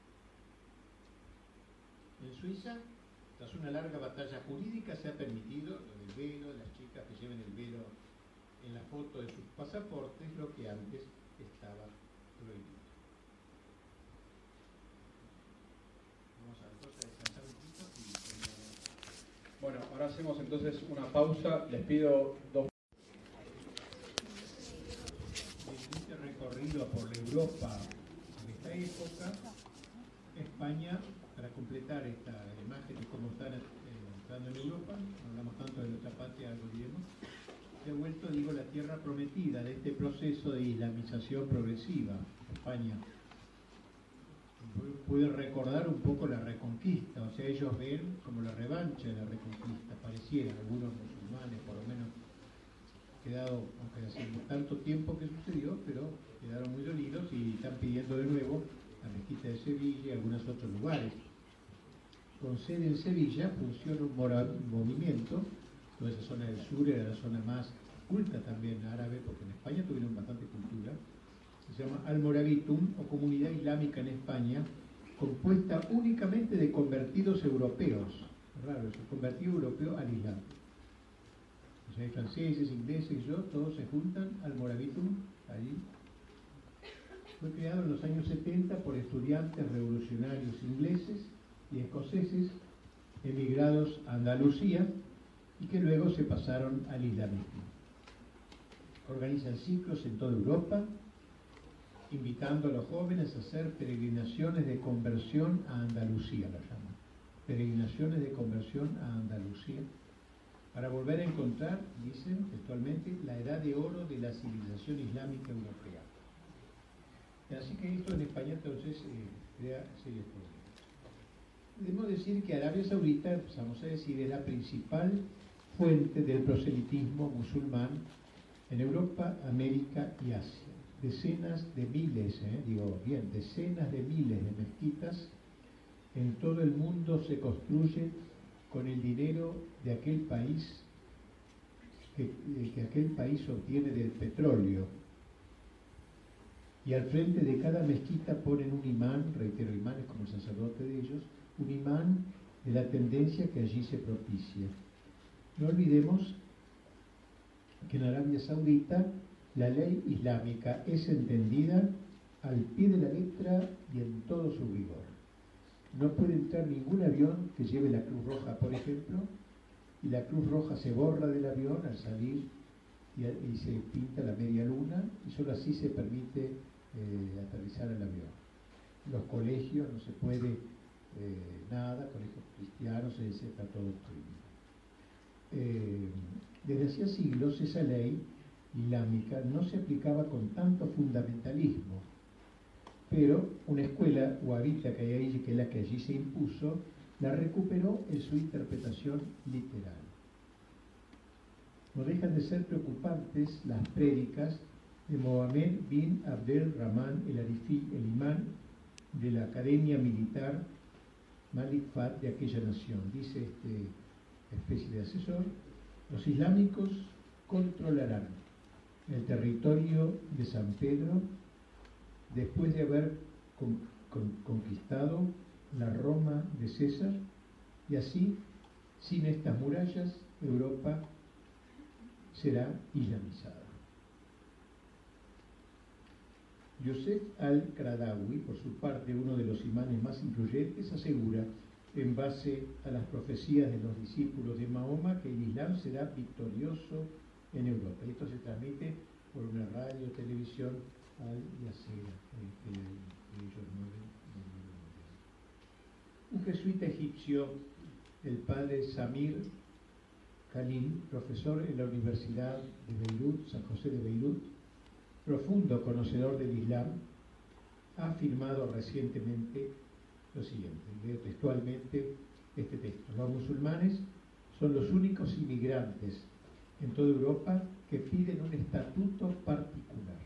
En Suiza, tras una larga batalla jurídica, se ha permitido lo del velo, las chicas que lleven el velo en la foto de sus pasaportes, lo que antes estaba prohibido. Vamos a descansar un poquito y... Bueno, ahora hacemos entonces una pausa. Les pido dos... En este recorrido por la Europa de esta época, España, para completar esta imagen de cómo están entrando en Europa, no hablamos tanto de nuestra patria, algo diremos, se ha vuelto, digo, la tierra prometida de este proceso de islamización progresiva. España pueden recordar un poco la Reconquista, o sea, ellos ven como la revancha de la Reconquista, pareciera, algunos musulmanes por lo menos, quedado, aunque hace tanto tiempo que sucedió, pero quedaron muy dolidos y están pidiendo de nuevo la mezquita de Sevilla y algunos otros lugares. Con sede en Sevilla funciona un movimiento, toda esa zona del sur era la zona más culta también árabe, porque en España tuvieron bastante cultura. Se llama Almoravitum, o Comunidad Islámica en España, compuesta únicamente de convertidos europeos. Raro eso, convertido europeo al Islam. O sea, hay franceses, ingleses y yo, todos se juntan, Almoravitum, allí. Fue creado en los años 70 por estudiantes revolucionarios ingleses y escoceses emigrados a Andalucía y que luego se pasaron al islamismo. Organizan ciclos en toda Europa, invitando a los jóvenes a hacer peregrinaciones de conversión a Andalucía, la llaman. Peregrinaciones de conversión a Andalucía. para volver a encontrar, dicen textualmente, la edad de oro de la civilización islámica europea. Así que esto en España entonces crea serios problemas. Debemos decir que Arabia Saudita, empezamos a decir, es la principal fuente del proselitismo musulmán en Europa, América y Asia. Decenas de miles, decenas de miles de mezquitas en todo el mundo se construyen con el dinero de aquel país que aquel país obtiene del petróleo. Y al frente de cada mezquita ponen un imán, reitero, imanes como el sacerdote de ellos, un imán de la tendencia que allí se propicia. No olvidemos que en Arabia Saudita la ley islámica es entendida al pie de la letra y en todo su rigor. No puede entrar ningún avión que lleve la Cruz Roja, por ejemplo, y la Cruz Roja se borra del avión al salir y se pinta la media luna, y solo así se permite aterrizar el avión. Los colegios no se puede nada, colegios cristianos, está todo prohibido. Desde hacía siglos esa ley islámica no se aplicaba con tanto fundamentalismo, pero una escuela wahhabita que hay ahí, que es la que allí se impuso, la recuperó en su interpretación literal. No dejan de ser preocupantes las prédicas de Mohammed bin Abdel Rahman el Arifi, el imán de la Academia Militar Malik Fahd de aquella nación. Dice esta especie de asesor: los islámicos controlarán el territorio de San Pedro después de haber conquistado la Roma de César, y así, sin estas murallas, Europa será islamizada. Yosef al-Qaradawi, por su parte, uno de los imanes más influyentes, asegura, en base a las profecías de los discípulos de Mahoma, que el Islam será victorioso en Europa. Esto se transmite por una radio, televisión, Al Jazeera, que ellos mueven. Un jesuita egipcio, el padre Samir Khalil, profesor en la Universidad de Beirut, San José de Beirut, profundo conocedor del Islam, ha afirmado recientemente lo siguiente, leo textualmente este texto: los musulmanes son los únicos inmigrantes en toda Europa que piden un estatuto particular.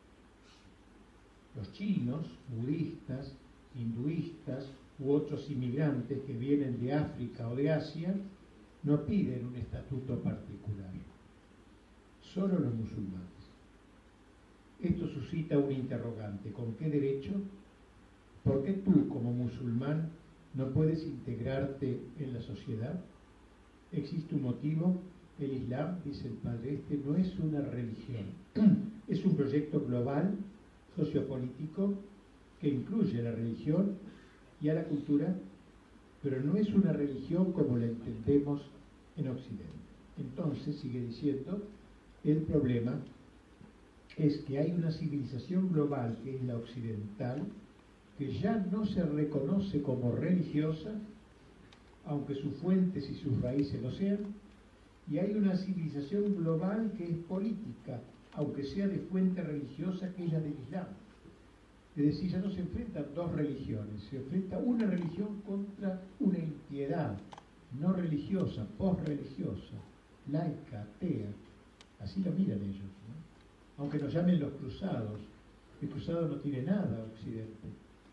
Los chinos, budistas, hinduistas u otros inmigrantes que vienen de África o de Asia no piden un estatuto particular, solo los musulmanes. Esto suscita un interrogante: ¿con qué derecho? ¿Por qué tú, como musulmán, no puedes integrarte en la sociedad? ¿Existe un motivo? El Islam, dice el padre no es una religión, es un proyecto global, sociopolítico, que incluye a la religión y a la cultura, pero no es una religión como la entendemos en Occidente. Entonces, sigue diciendo, el problema es que hay una civilización global, que es la occidental, que ya no se reconoce como religiosa, aunque sus fuentes y sus raíces lo sean, y hay una civilización global que es política, aunque sea de fuente religiosa, que es la del Islam. Es decir, ya no se enfrentan dos religiones, se enfrenta una religión contra una impiedad no religiosa, posreligiosa, laica, atea. Así lo miran ellos, ¿no? Aunque nos llamen los cruzados. El cruzado no tiene nada a Occidente.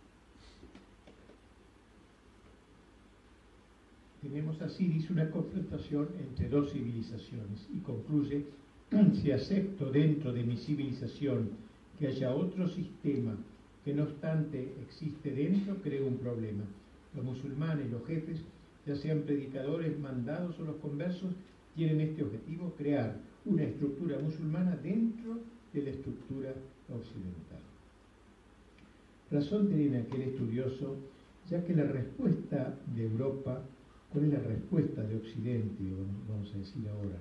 Tenemos así, dice, una confrontación entre dos civilizaciones, y concluye: si acepto dentro de mi civilización que haya otro sistema que no obstante existe dentro, creo un problema. Los musulmanes, los jefes, ya sean predicadores, mandados o los conversos, tienen este objetivo: crear una estructura musulmana dentro de la estructura occidental. Razón tiene aquel estudioso, ya que la respuesta de Europa, ¿cuál es la respuesta de Occidente? Vamos a decir ahora,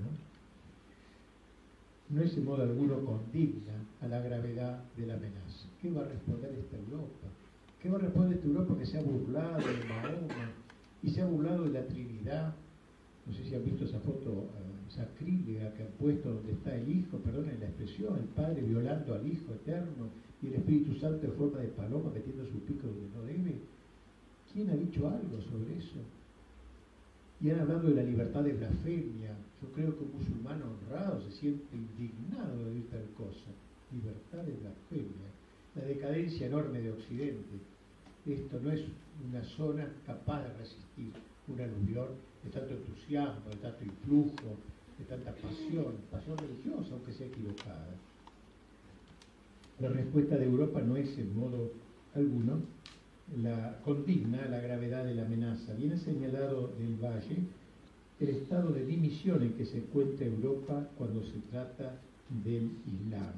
¿no? No es en modo alguno condigna a la gravedad de la amenaza. ¿Qué va a responder esta Europa? ¿Qué va a responder esta Europa que se ha burlado de Mahoma y se ha burlado de la Trinidad, no sé si han visto esa foto sacrílega que han puesto donde está el Hijo, perdonen la expresión, el Padre violando al Hijo eterno y el Espíritu Santo en forma de paloma metiendo su pico donde no debe. ¿Quién ha dicho algo sobre eso? Y han hablado de la libertad de blasfemia. Yo creo que un musulmán honrado se siente indignado de oír tal cosa. Libertad de blasfemia. La decadencia enorme de Occidente. Esto no es una zona capaz de resistir un aluvión de tanto entusiasmo, de tanto influjo, de tanta pasión religiosa, aunque sea equivocada. La respuesta de Europa no es en modo alguno la condigna la gravedad de la amenaza. Viene señalado del Valle el estado de dimisión en que se encuentra Europa cuando se trata del Islam.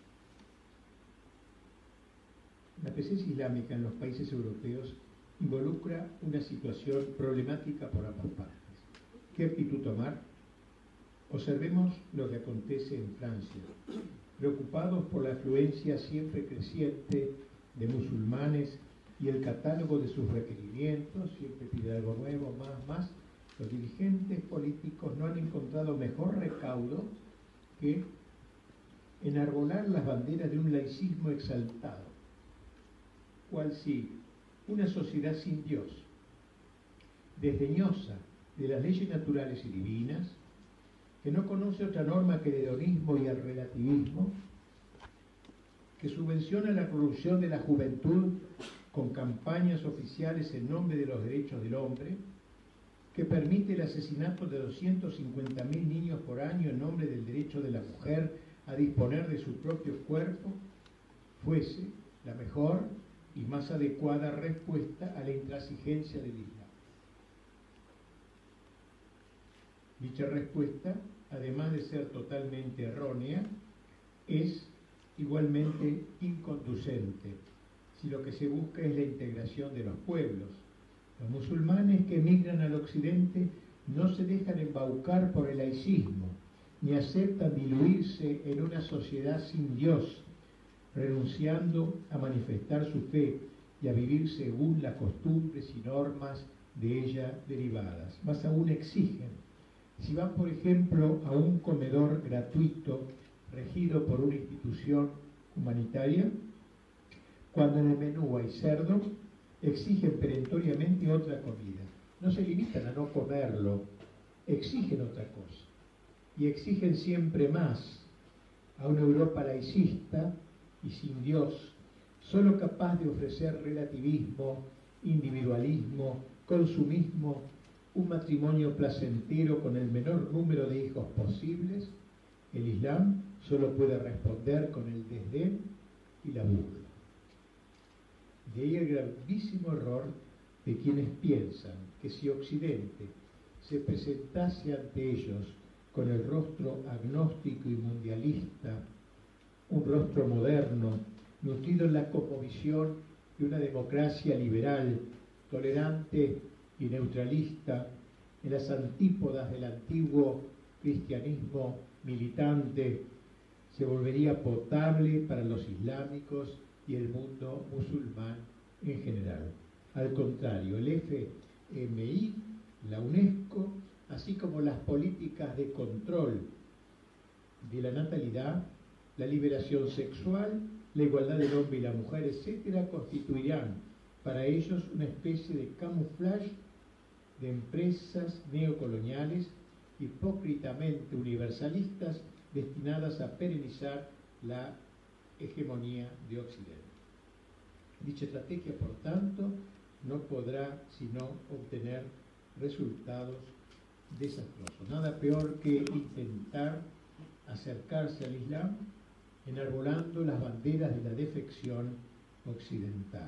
La presencia islámica en los países europeos involucra una situación problemática por ambas partes. ¿Qué actitud tomar? Observemos lo que acontece en Francia. Preocupados por la afluencia siempre creciente de musulmanes y el catálogo de sus requerimientos, siempre pide algo nuevo, más, los dirigentes políticos no han encontrado mejor recaudo que enarbolar las banderas de un laicismo exaltado. ¿Cuál sí? Una sociedad sin Dios, desdeñosa de las leyes naturales y divinas, que no conoce otra norma que el hedonismo y el relativismo, que subvenciona la corrupción de la juventud con campañas oficiales en nombre de los derechos del hombre, que permite el asesinato de 250.000 niños por año en nombre del derecho de la mujer a disponer de su propio cuerpo, fuese la mejor y más adecuada respuesta a la intransigencia del Islam. Dicha respuesta, además de ser totalmente errónea, es igualmente inconducente si lo que se busca es la integración de los pueblos. Los musulmanes que emigran al occidente no se dejan embaucar por el laicismo, ni aceptan diluirse en una sociedad sin Dios, renunciando a manifestar su fe y a vivir según las costumbres y normas de ella derivadas. Más aún exigen, si van por ejemplo a un comedor gratuito regido por una institución humanitaria, cuando en el menú hay cerdo, exigen perentoriamente otra comida. No se limitan a no comerlo, exigen otra cosa. Y exigen siempre más a una Europa laicista y sin Dios, solo capaz de ofrecer relativismo, individualismo, consumismo, un matrimonio placentero con el menor número de hijos posibles. El Islam solo puede responder con el desdén y la burla. De ahí el gravísimo error de quienes piensan que si Occidente se presentase ante ellos con el rostro agnóstico y mundialista, un rostro moderno, nutrido en la cosmovisión de una democracia liberal, tolerante y neutralista, en las antípodas del antiguo cristianismo militante, se volvería potable para los islámicos y el mundo musulmán en general. Al contrario, el FMI, la UNESCO, así como las políticas de control de la natalidad, la liberación sexual, la igualdad del hombre y la mujer, etcétera, constituirán para ellos una especie de camuflaje de empresas neocoloniales hipócritamente universalistas destinadas a perenizar la hegemonía de Occidente. Dicha estrategia, por tanto, no podrá sino obtener resultados desastrosos. Nada peor que intentar acercarse al Islam enarbolando las banderas de la defección occidental.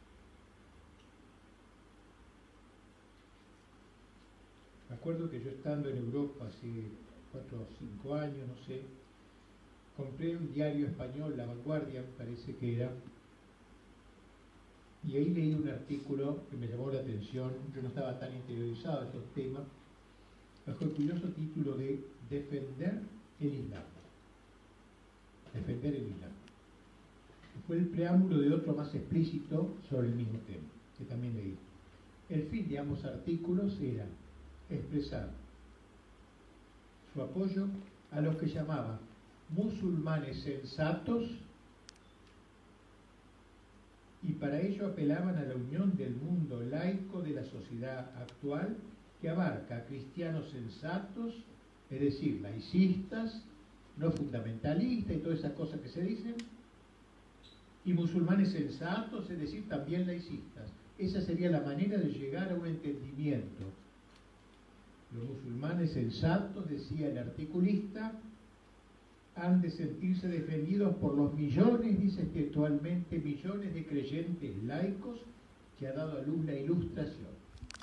Me acuerdo que yo estando en Europa hace 4 o 5 años, no sé, compré un diario español, La Vanguardia, me parece que era, y ahí leí un artículo que me llamó la atención. Yo no estaba tan interiorizado en estos temas, bajo el curioso título de Defender el Islam. Defender el Islam. Fue el preámbulo de otro más explícito sobre el mismo tema, que también leí. El fin de ambos artículos era expresar su apoyo a los que llamaba musulmanes sensatos, y para ello apelaban a la unión del mundo laico de la sociedad actual, que abarca a cristianos sensatos, es decir, laicistas, no fundamentalistas y todas esas cosas que se dicen, y musulmanes sensatos, es decir, también laicistas. Esa sería la manera de llegar a un entendimiento. Los musulmanes sensatos, decía el articulista, han de sentirse defendidos por los millones, dice textualmente, millones de creyentes laicos que ha dado a luz la Ilustración.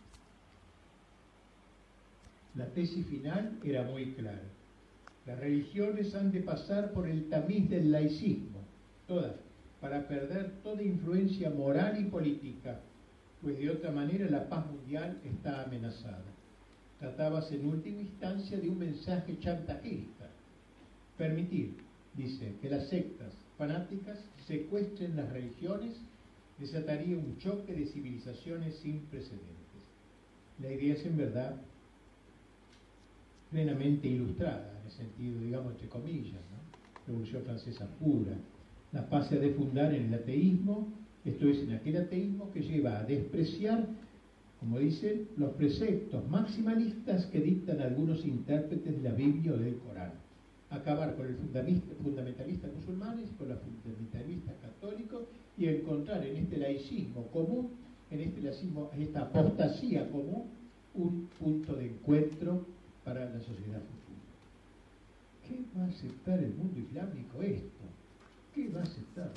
La tesis final era muy clara. Las religiones han de pasar por el tamiz del laicismo, todas, para perder toda influencia moral y política, pues de otra manera la paz mundial está amenazada. Tratábase en última instancia de un mensaje chantajista. Permitir, dice, que las sectas fanáticas secuestren las religiones desataría un choque de civilizaciones sin precedentes. La idea es en verdad plenamente ilustrada, en el sentido, digamos, entre comillas, ¿no? Revolución Francesa pura. La paz se ha de fundar en el ateísmo, esto es, en aquel ateísmo que lleva a despreciar, como dicen, los preceptos maximalistas que dictan algunos intérpretes de la Biblia o del Corán. Acabar con el fundamentalista musulmanes y con los fundamentalistas católicos y encontrar en este laicismo común, en este laicismo, en esta apostasía común, un punto de encuentro para la sociedad futura. ¿Qué va a aceptar el mundo islámico esto? ¿Qué va a aceptar?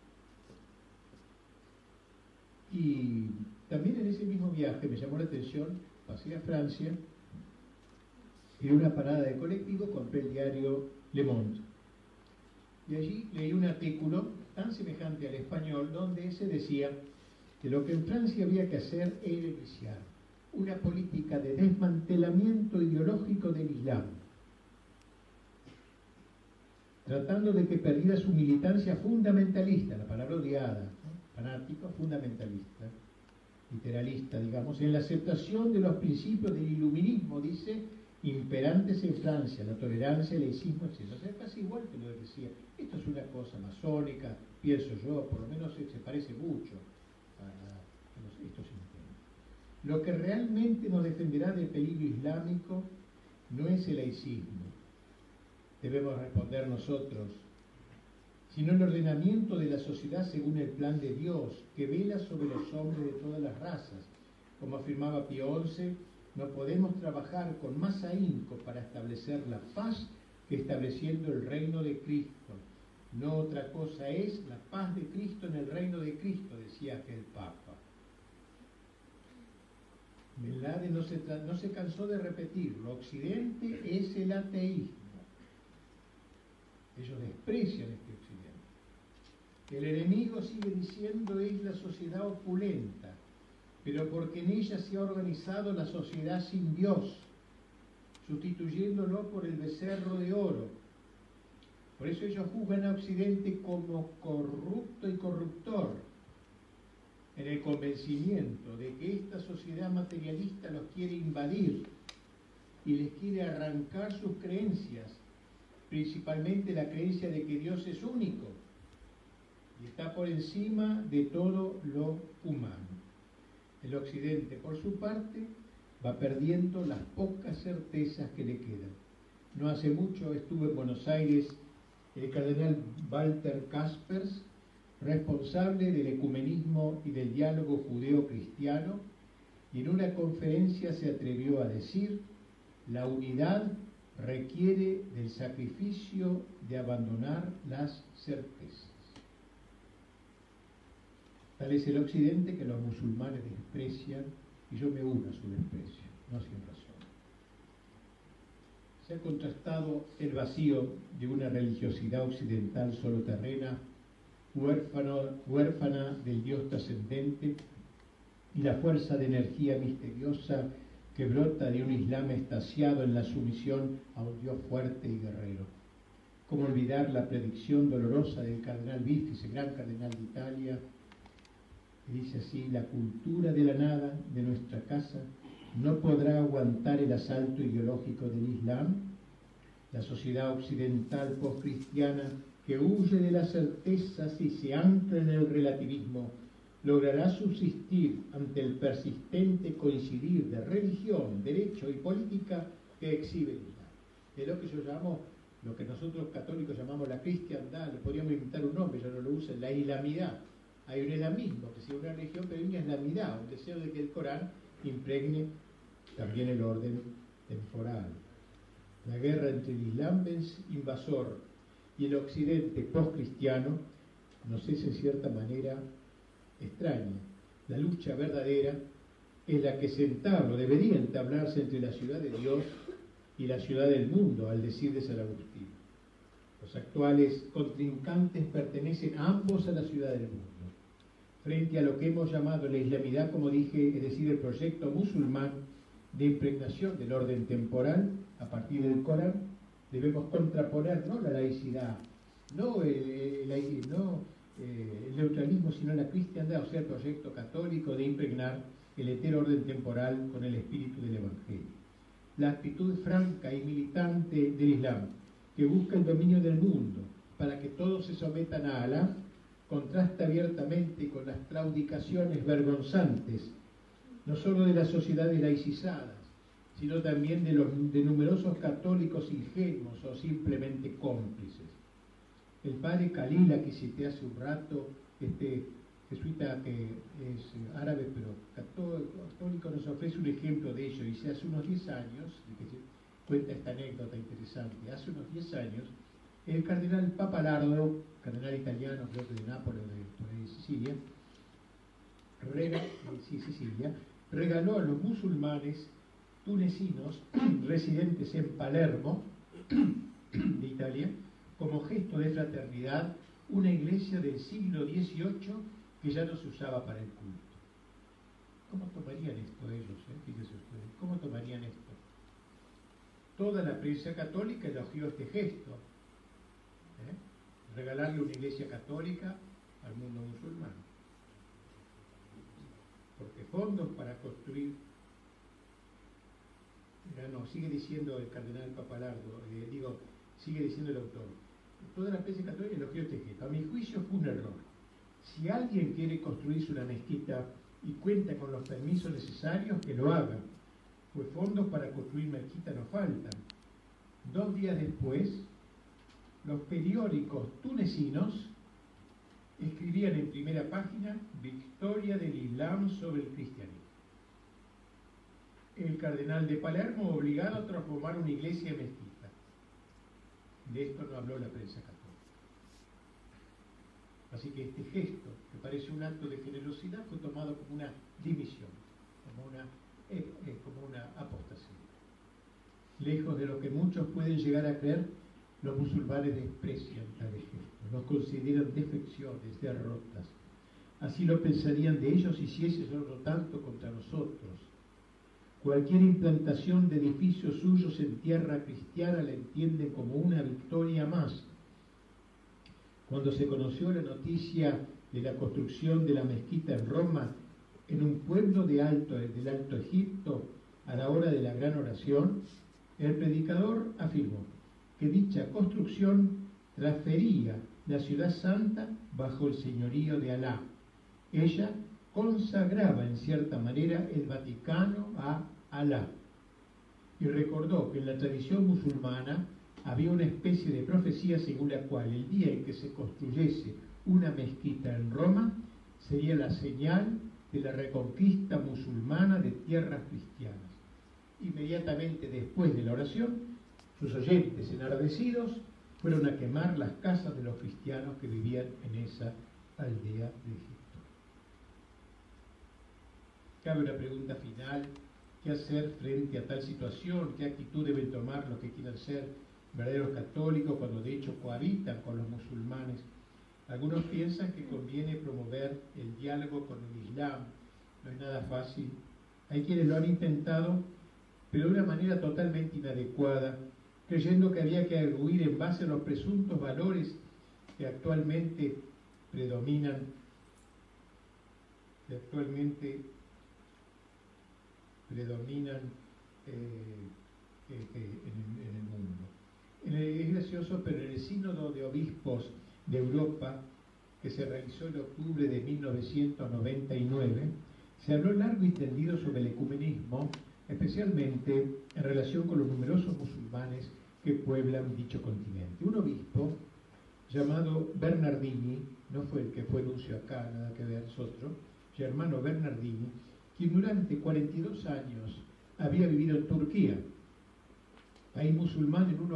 Y también en ese mismo viaje me llamó la atención, pasé a Francia, y en una parada de colectivo compré el diario Le Monde. Y allí leí un artículo tan semejante al español donde se decía que lo que en Francia había que hacer era iniciar una política de desmantelamiento ideológico del Islam, tratando de que perdiera su militancia fundamentalista, la palabra odiada, ¿no? Fanático, fundamentalista, literalista, digamos, en la aceptación de los principios del iluminismo, dice, imperantes en Francia, la tolerancia, el laicismo, etc. O sea, casi igual que lo que decía. Esto es una cosa masónica, pienso yo, por lo menos se parece mucho a estos intentos. Lo que realmente nos defenderá del peligro islámico no es el laicismo, debemos responder nosotros, sino el ordenamiento de la sociedad según el plan de Dios, que vela sobre los hombres de todas las razas. Como afirmaba Pío XI, no podemos trabajar con más ahínco para establecer la paz que estableciendo el reino de Cristo. No otra cosa es la paz de Cristo en el reino de Cristo, decía aquel Papa. Bin Laden no se cansó de repetirlo. Occidente es el ateísmo. Ellos desprecian este Occidente. El enemigo, sigue diciendo, es la sociedad opulenta, pero porque en ella se ha organizado la sociedad sin Dios, sustituyéndolo por el becerro de oro. Por eso ellos juzgan a Occidente como corrupto y corruptor, en el convencimiento de que esta sociedad materialista los quiere invadir y les quiere arrancar sus creencias, principalmente la creencia de que Dios es único y está por encima de todo lo humano. El Occidente, por su parte, va perdiendo las pocas certezas que le quedan. No hace mucho estuvo en Buenos Aires el cardenal Walter Kaspers, responsable del ecumenismo y del diálogo judeo-cristiano, y en una conferencia se atrevió a decir: la unidad requiere del sacrificio de abandonar las certezas. Tal es el Occidente que los musulmanes desprecian, y yo me uno a su desprecio, no sin razón. Se ha contrastado el vacío de una religiosidad occidental solo terrena, huérfana del Dios trascendente, y la fuerza de energía misteriosa que brota de un Islam extasiado en la sumisión a un Dios fuerte y guerrero. ¿Cómo olvidar la predicción dolorosa del cardenal Bifis, ese gran cardenal de Italia, que dice así: la cultura de la nada de nuestra casa no podrá aguantar el asalto ideológico del Islam, La sociedad occidental postcristiana, que huye de las certezas y se ancla en el relativismo, logrará subsistir ante el persistente coincidir de religión, derecho y política que exhibe el Islam. Es lo que yo llamo, lo que nosotros católicos llamamos la cristiandad, le podríamos inventar un nombre, yo no lo uso, la islamidad. Hay un islamismo, que sea una religión, pero hay una islamidad, un deseo de que el Corán impregne también el orden temporal. La guerra entre el Islam invasor y el occidente postcristiano nos es en cierta manera extraña. La lucha verdadera es la que se entabla, debería entablarse entre la ciudad de Dios y la ciudad del mundo, al decir de San Agustín. Los actuales contrincantes pertenecen ambos a la ciudad del mundo. Frente a lo que hemos llamado la islamidad, como dije, es decir, el proyecto musulmán de impregnación del orden temporal a partir del Corán, debemos contraponer no la laicidad, no el neutralismo, sino la cristiandad, o sea, el proyecto católico de impregnar el entero orden temporal con el espíritu del Evangelio. La actitud franca y militante del Islam, que busca el dominio del mundo para que todos se sometan a Alá, contrasta abiertamente con las claudicaciones vergonzantes, no solo de las sociedades laicizadas, sino también de numerosos católicos ingenuos o simplemente cómplices. El padre Khalil, que cité hace un rato, jesuita que es árabe pero católico, nos ofrece un ejemplo de ello. Dice, hace unos 10 años, cuenta esta anécdota interesante, hace unos 10 años, el cardenal Papalardo, cardenal italiano, creo que de Nápoles, de Sicilia, regaló a los musulmanes tunecinos residentes en Palermo, de Italia, como gesto de fraternidad, una iglesia del siglo XVIII que ya no se usaba para el culto. ¿Cómo tomarían esto ellos? Fíjense ustedes, ¿cómo tomarían esto? Toda la prensa católica elogió este gesto. Regalarle una iglesia católica al mundo musulmán. Porque fondos para construir, sigue diciendo el cardenal Papalardo, sigue diciendo el autor, toda la prensa católica elogió este gesto. A mi juicio fue un error. Si alguien quiere construirse una mezquita y cuenta con los permisos necesarios, que lo haga, pues fondos para construir mezquita no faltan. 2 días después, los periódicos tunecinos escribían en primera página: victoria del Islam sobre el cristianismo. El cardenal de Palermo obligado a transformar una iglesia en mezquita. De esto no habló la prensa católica. Así que este gesto, que parece un acto de generosidad, fue tomado como una dimisión, como una apostasía. Lejos de lo que muchos pueden llegar a creer, los musulmanes desprecian tales gestos, los consideran defecciones, derrotas. Así lo pensarían de ellos si hiciese otro tanto contra nosotros. Cualquier implantación de edificios suyos en tierra cristiana la entienden como una victoria más. Cuando se conoció la noticia de la construcción de la mezquita en Roma, en un pueblo del Alto Egipto, a la hora de la gran oración, el predicador afirmó que dicha construcción transfería la ciudad santa bajo el señorío de Alá. Ella consagraba en cierta manera el Vaticano a Alá. Y recordó que en la tradición musulmana había una especie de profecía según la cual el día en que se construyese una mezquita en Roma sería la señal de la reconquista musulmana de tierras cristianas. Inmediatamente después de la oración, sus oyentes enardecidos fueron a quemar las casas de los cristianos que vivían en esa aldea de Egipto. Cabe una pregunta final: ¿qué hacer frente a tal situación? ¿Qué actitud deben tomar los que quieran ser verdaderos católicos cuando de hecho cohabitan con los musulmanes? Algunos piensan que conviene promover el diálogo con el Islam. No es nada fácil. Hay quienes lo han intentado, pero de una manera totalmente inadecuada, creyendo que había que arguir en base a los presuntos valores que actualmente predominan, en el mundo. Es gracioso, pero en el Sínodo de Obispos de Europa, que se realizó en octubre de 1999, se habló largo y tendido sobre el ecumenismo, especialmente en relación con los numerosos musulmanes que pueblan dicho continente. Un obispo llamado Bernardini, no fue el que fue nuncio acá, nada que ver, es otro, Germano Bernardini, quien durante 42 años había vivido en Turquía, país musulmán en un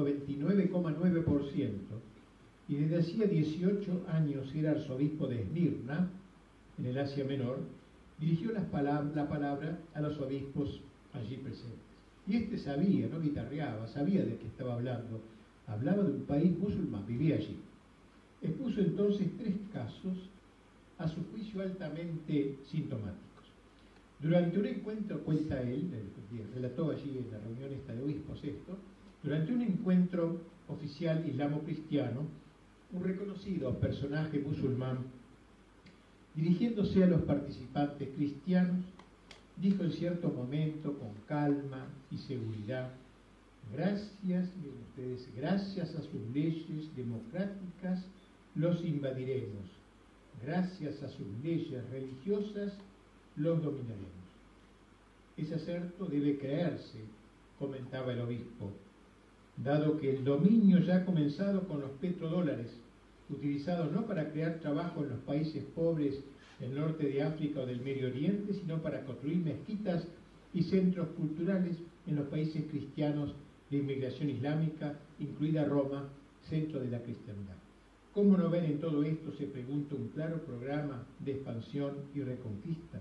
99,9%, y desde hacía 18 años era arzobispo de Esmirna, en el Asia Menor, dirigió la palabra a los obispos allí presentes. Y este sabía, no guitarreaba, sabía de qué estaba hablando. Hablaba de un país musulmán, vivía allí. Expuso entonces 3 casos, a su juicio altamente sintomáticos. Durante un encuentro, cuenta él, relató allí en la reunión esta de obispos esto, durante un encuentro oficial islamo-cristiano, un reconocido personaje musulmán, dirigiéndose a los participantes cristianos, dijo en cierto momento con calma y seguridad: gracias, miren ustedes, gracias a sus leyes democráticas los invadiremos, gracias a sus leyes religiosas los dominaremos. Ese acerto debe creerse, comentaba el obispo, dado que el dominio ya ha comenzado con los petrodólares, utilizados no para crear trabajo en los países pobres del norte de África o del Medio Oriente, sino para construir mezquitas y centros culturales en los países cristianos de inmigración islámica, incluida Roma, centro de la cristiandad. ¿Cómo no ver en todo esto, se pregunta, un claro programa de expansión y reconquista?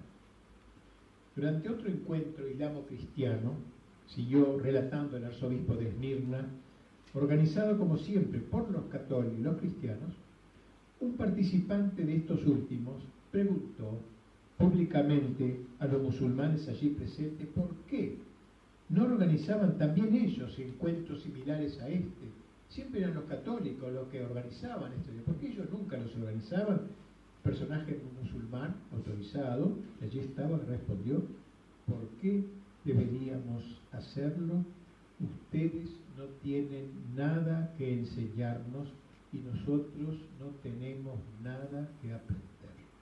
Durante otro encuentro islamo-cristiano, siguió relatando el arzobispo de Esmirna, organizado como siempre por los católicos y los cristianos, un participante de estos últimos preguntó públicamente a los musulmanes allí presentes por qué no organizaban también ellos encuentros similares a este. Siempre eran los católicos los que organizaban esto. ¿Por qué ellos nunca los organizaban? Personaje musulmán autorizado, allí estaba, respondió: ¿por qué deberíamos hacerlo? Ustedes no tienen nada que enseñarnos y nosotros no tenemos nada que aprender.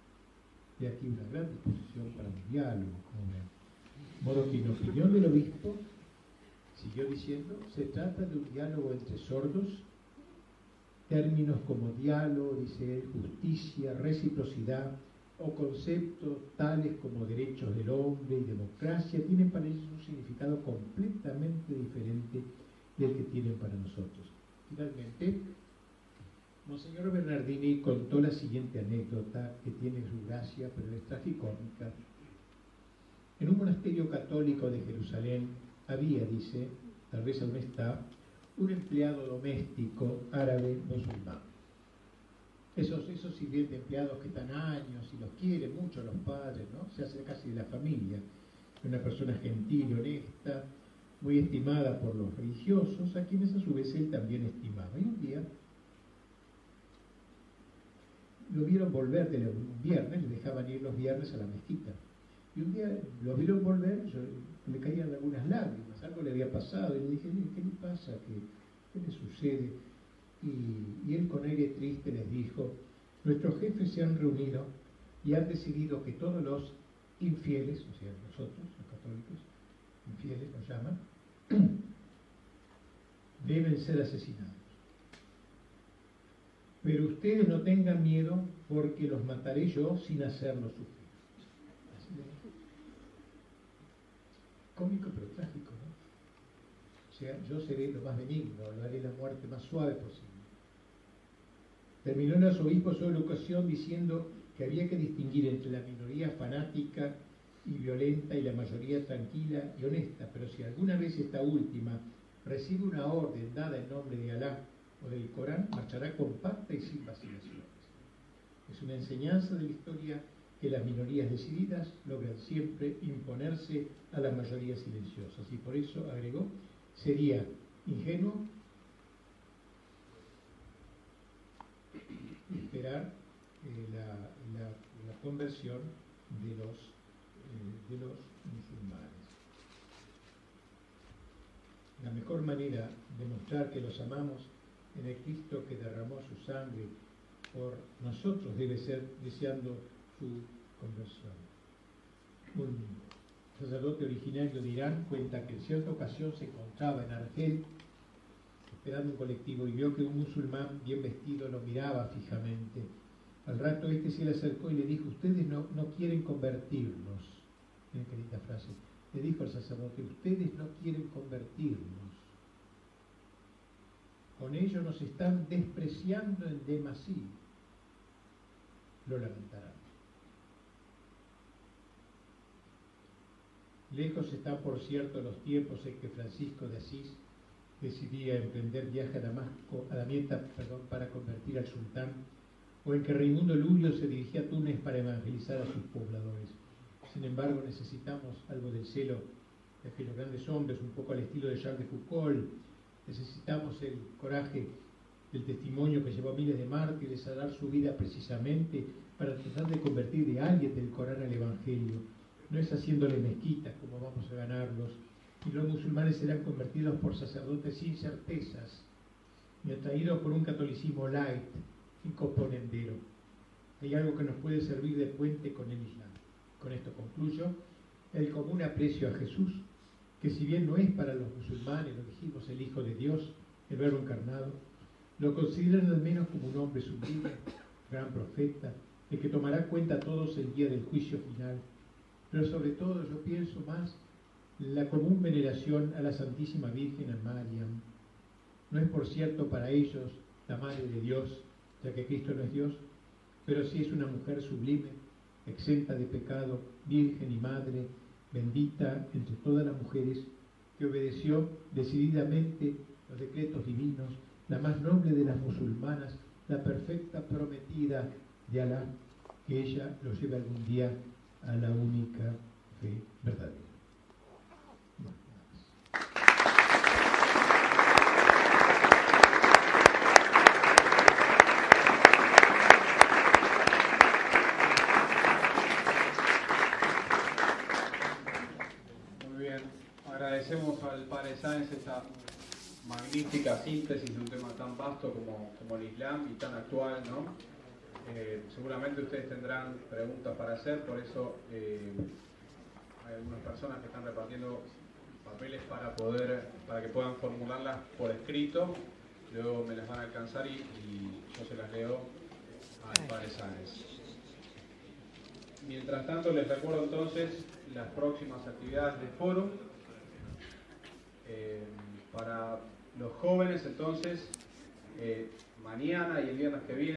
De aquí una gran disposición para un diálogo, como ven. De modo que en opinión del obispo, siguió diciendo, se trata de un diálogo entre sordos. Términos como diálogo, dice él, justicia, reciprocidad o conceptos tales como derechos del hombre y democracia tienen para ellos un significado completamente diferente del que tienen para nosotros. Finalmente, Monseñor Bernardini contó la siguiente anécdota que tiene su gracia, pero es tragicómica. En un monasterio católico de Jerusalén había, dice, tal vez aún está, un empleado doméstico árabe musulmán. Esos sirvientes empleados que están años y los quieren mucho los padres, ¿no? Se hace casi de la familia. Una persona gentil, honesta, muy estimada por los religiosos, a quienes a su vez él también estimaba. Y un día lo vieron volver un viernes, le dejaban ir los viernes a la mezquita. Y un día lo vieron volver, le caían algunas lágrimas, algo le había pasado, y le dije: ¿qué le pasa? ¿Qué le sucede? Y él con aire triste les dijo: nuestros jefes se han reunido y han decidido que todos los infieles, o sea, nosotros, los católicos, infieles nos llaman, deben ser asesinados. Pero ustedes no tengan miedo porque los mataré yo sin hacerlos sufrir. Así le dijo. Cómico pero trágico, ¿no? O sea, yo seré lo más benigno, le haré la muerte más suave posible. Terminó el arzobispo sobre la ocasión diciendo que había que distinguir entre la minoría fanática y violenta y la mayoría tranquila y honesta, pero si alguna vez esta última recibe una orden dada en nombre de Alá o del Corán, marchará compacta y sin vacilaciones. Es una enseñanza de la historia que las minorías decididas logran siempre imponerse a las mayorías silenciosas, y por eso, agregó, sería ingenuo esperar la conversión de los musulmanes. la mejor manera de mostrar que los amamos en el Cristo que derramó su sangre por nosotros debe ser deseando su conversión. Un sacerdote originario de Irán cuenta que en cierta ocasión se encontraba en Argel esperando un colectivo y vio que un musulmán bien vestido lo miraba fijamente. Al rato se le acercó y le dijo: ustedes no quieren convertirnos. Miren qué linda frase. Le dijo al sacerdote: ustedes no quieren convertirnos. Con ello nos están despreciando en demasía. Lo lamentarán. Lejos están, por cierto, los tiempos en que Francisco de Asís decidía emprender viaje a Damasco, a Damieta, para convertir al sultán, o en que Raimundo Lurio se dirigía a Túnez para evangelizar a sus pobladores. Sin embargo, necesitamos algo del celo de aquellos grandes hombres, un poco al estilo de Charles de Foucault. Necesitamos el coraje del testimonio que llevó a miles de mártires a dar su vida precisamente para tratar de convertir de alguien del Corán al Evangelio. No es haciéndole mezquitas como vamos a ganarlos, y los musulmanes serán convertidos por sacerdotes sin certezas y atraídos por un catolicismo light, incomponendero. Hay algo que nos puede servir de puente con el Islam. Con esto concluyo: el común aprecio a Jesús, que si bien no es para los musulmanes, lo dijimos, el Hijo de Dios, el Verbo encarnado, lo consideran al menos como un hombre sublime, gran profeta, el que tomará cuenta a todos el día del juicio final. Pero sobre todo yo pienso más la común veneración a la Santísima Virgen, a Mariam. No es, por cierto, para ellos la Madre de Dios, ya que Cristo no es Dios, pero sí es una mujer sublime, exenta de pecado, virgen y madre, bendita entre todas las mujeres, que obedeció decididamente los decretos divinos, la más noble de las musulmanas, la perfecta prometida de Alá, que ella lo lleve algún día a la única fe verdadera. Bueno, Muy bien, agradecemos al Padre Sáenz esta magnífica síntesis de un tema tan vasto como el Islam y tan actual, ¿no? Seguramente ustedes tendrán preguntas para hacer, por eso hay algunas personas que están repartiendo papeles para que puedan formularlas por escrito. Luego me las van a alcanzar y yo se las leo al Padre Sáenz. Mientras tanto, les recuerdo entonces las próximas actividades del foro. Para los jóvenes, entonces, mañana y el viernes que viene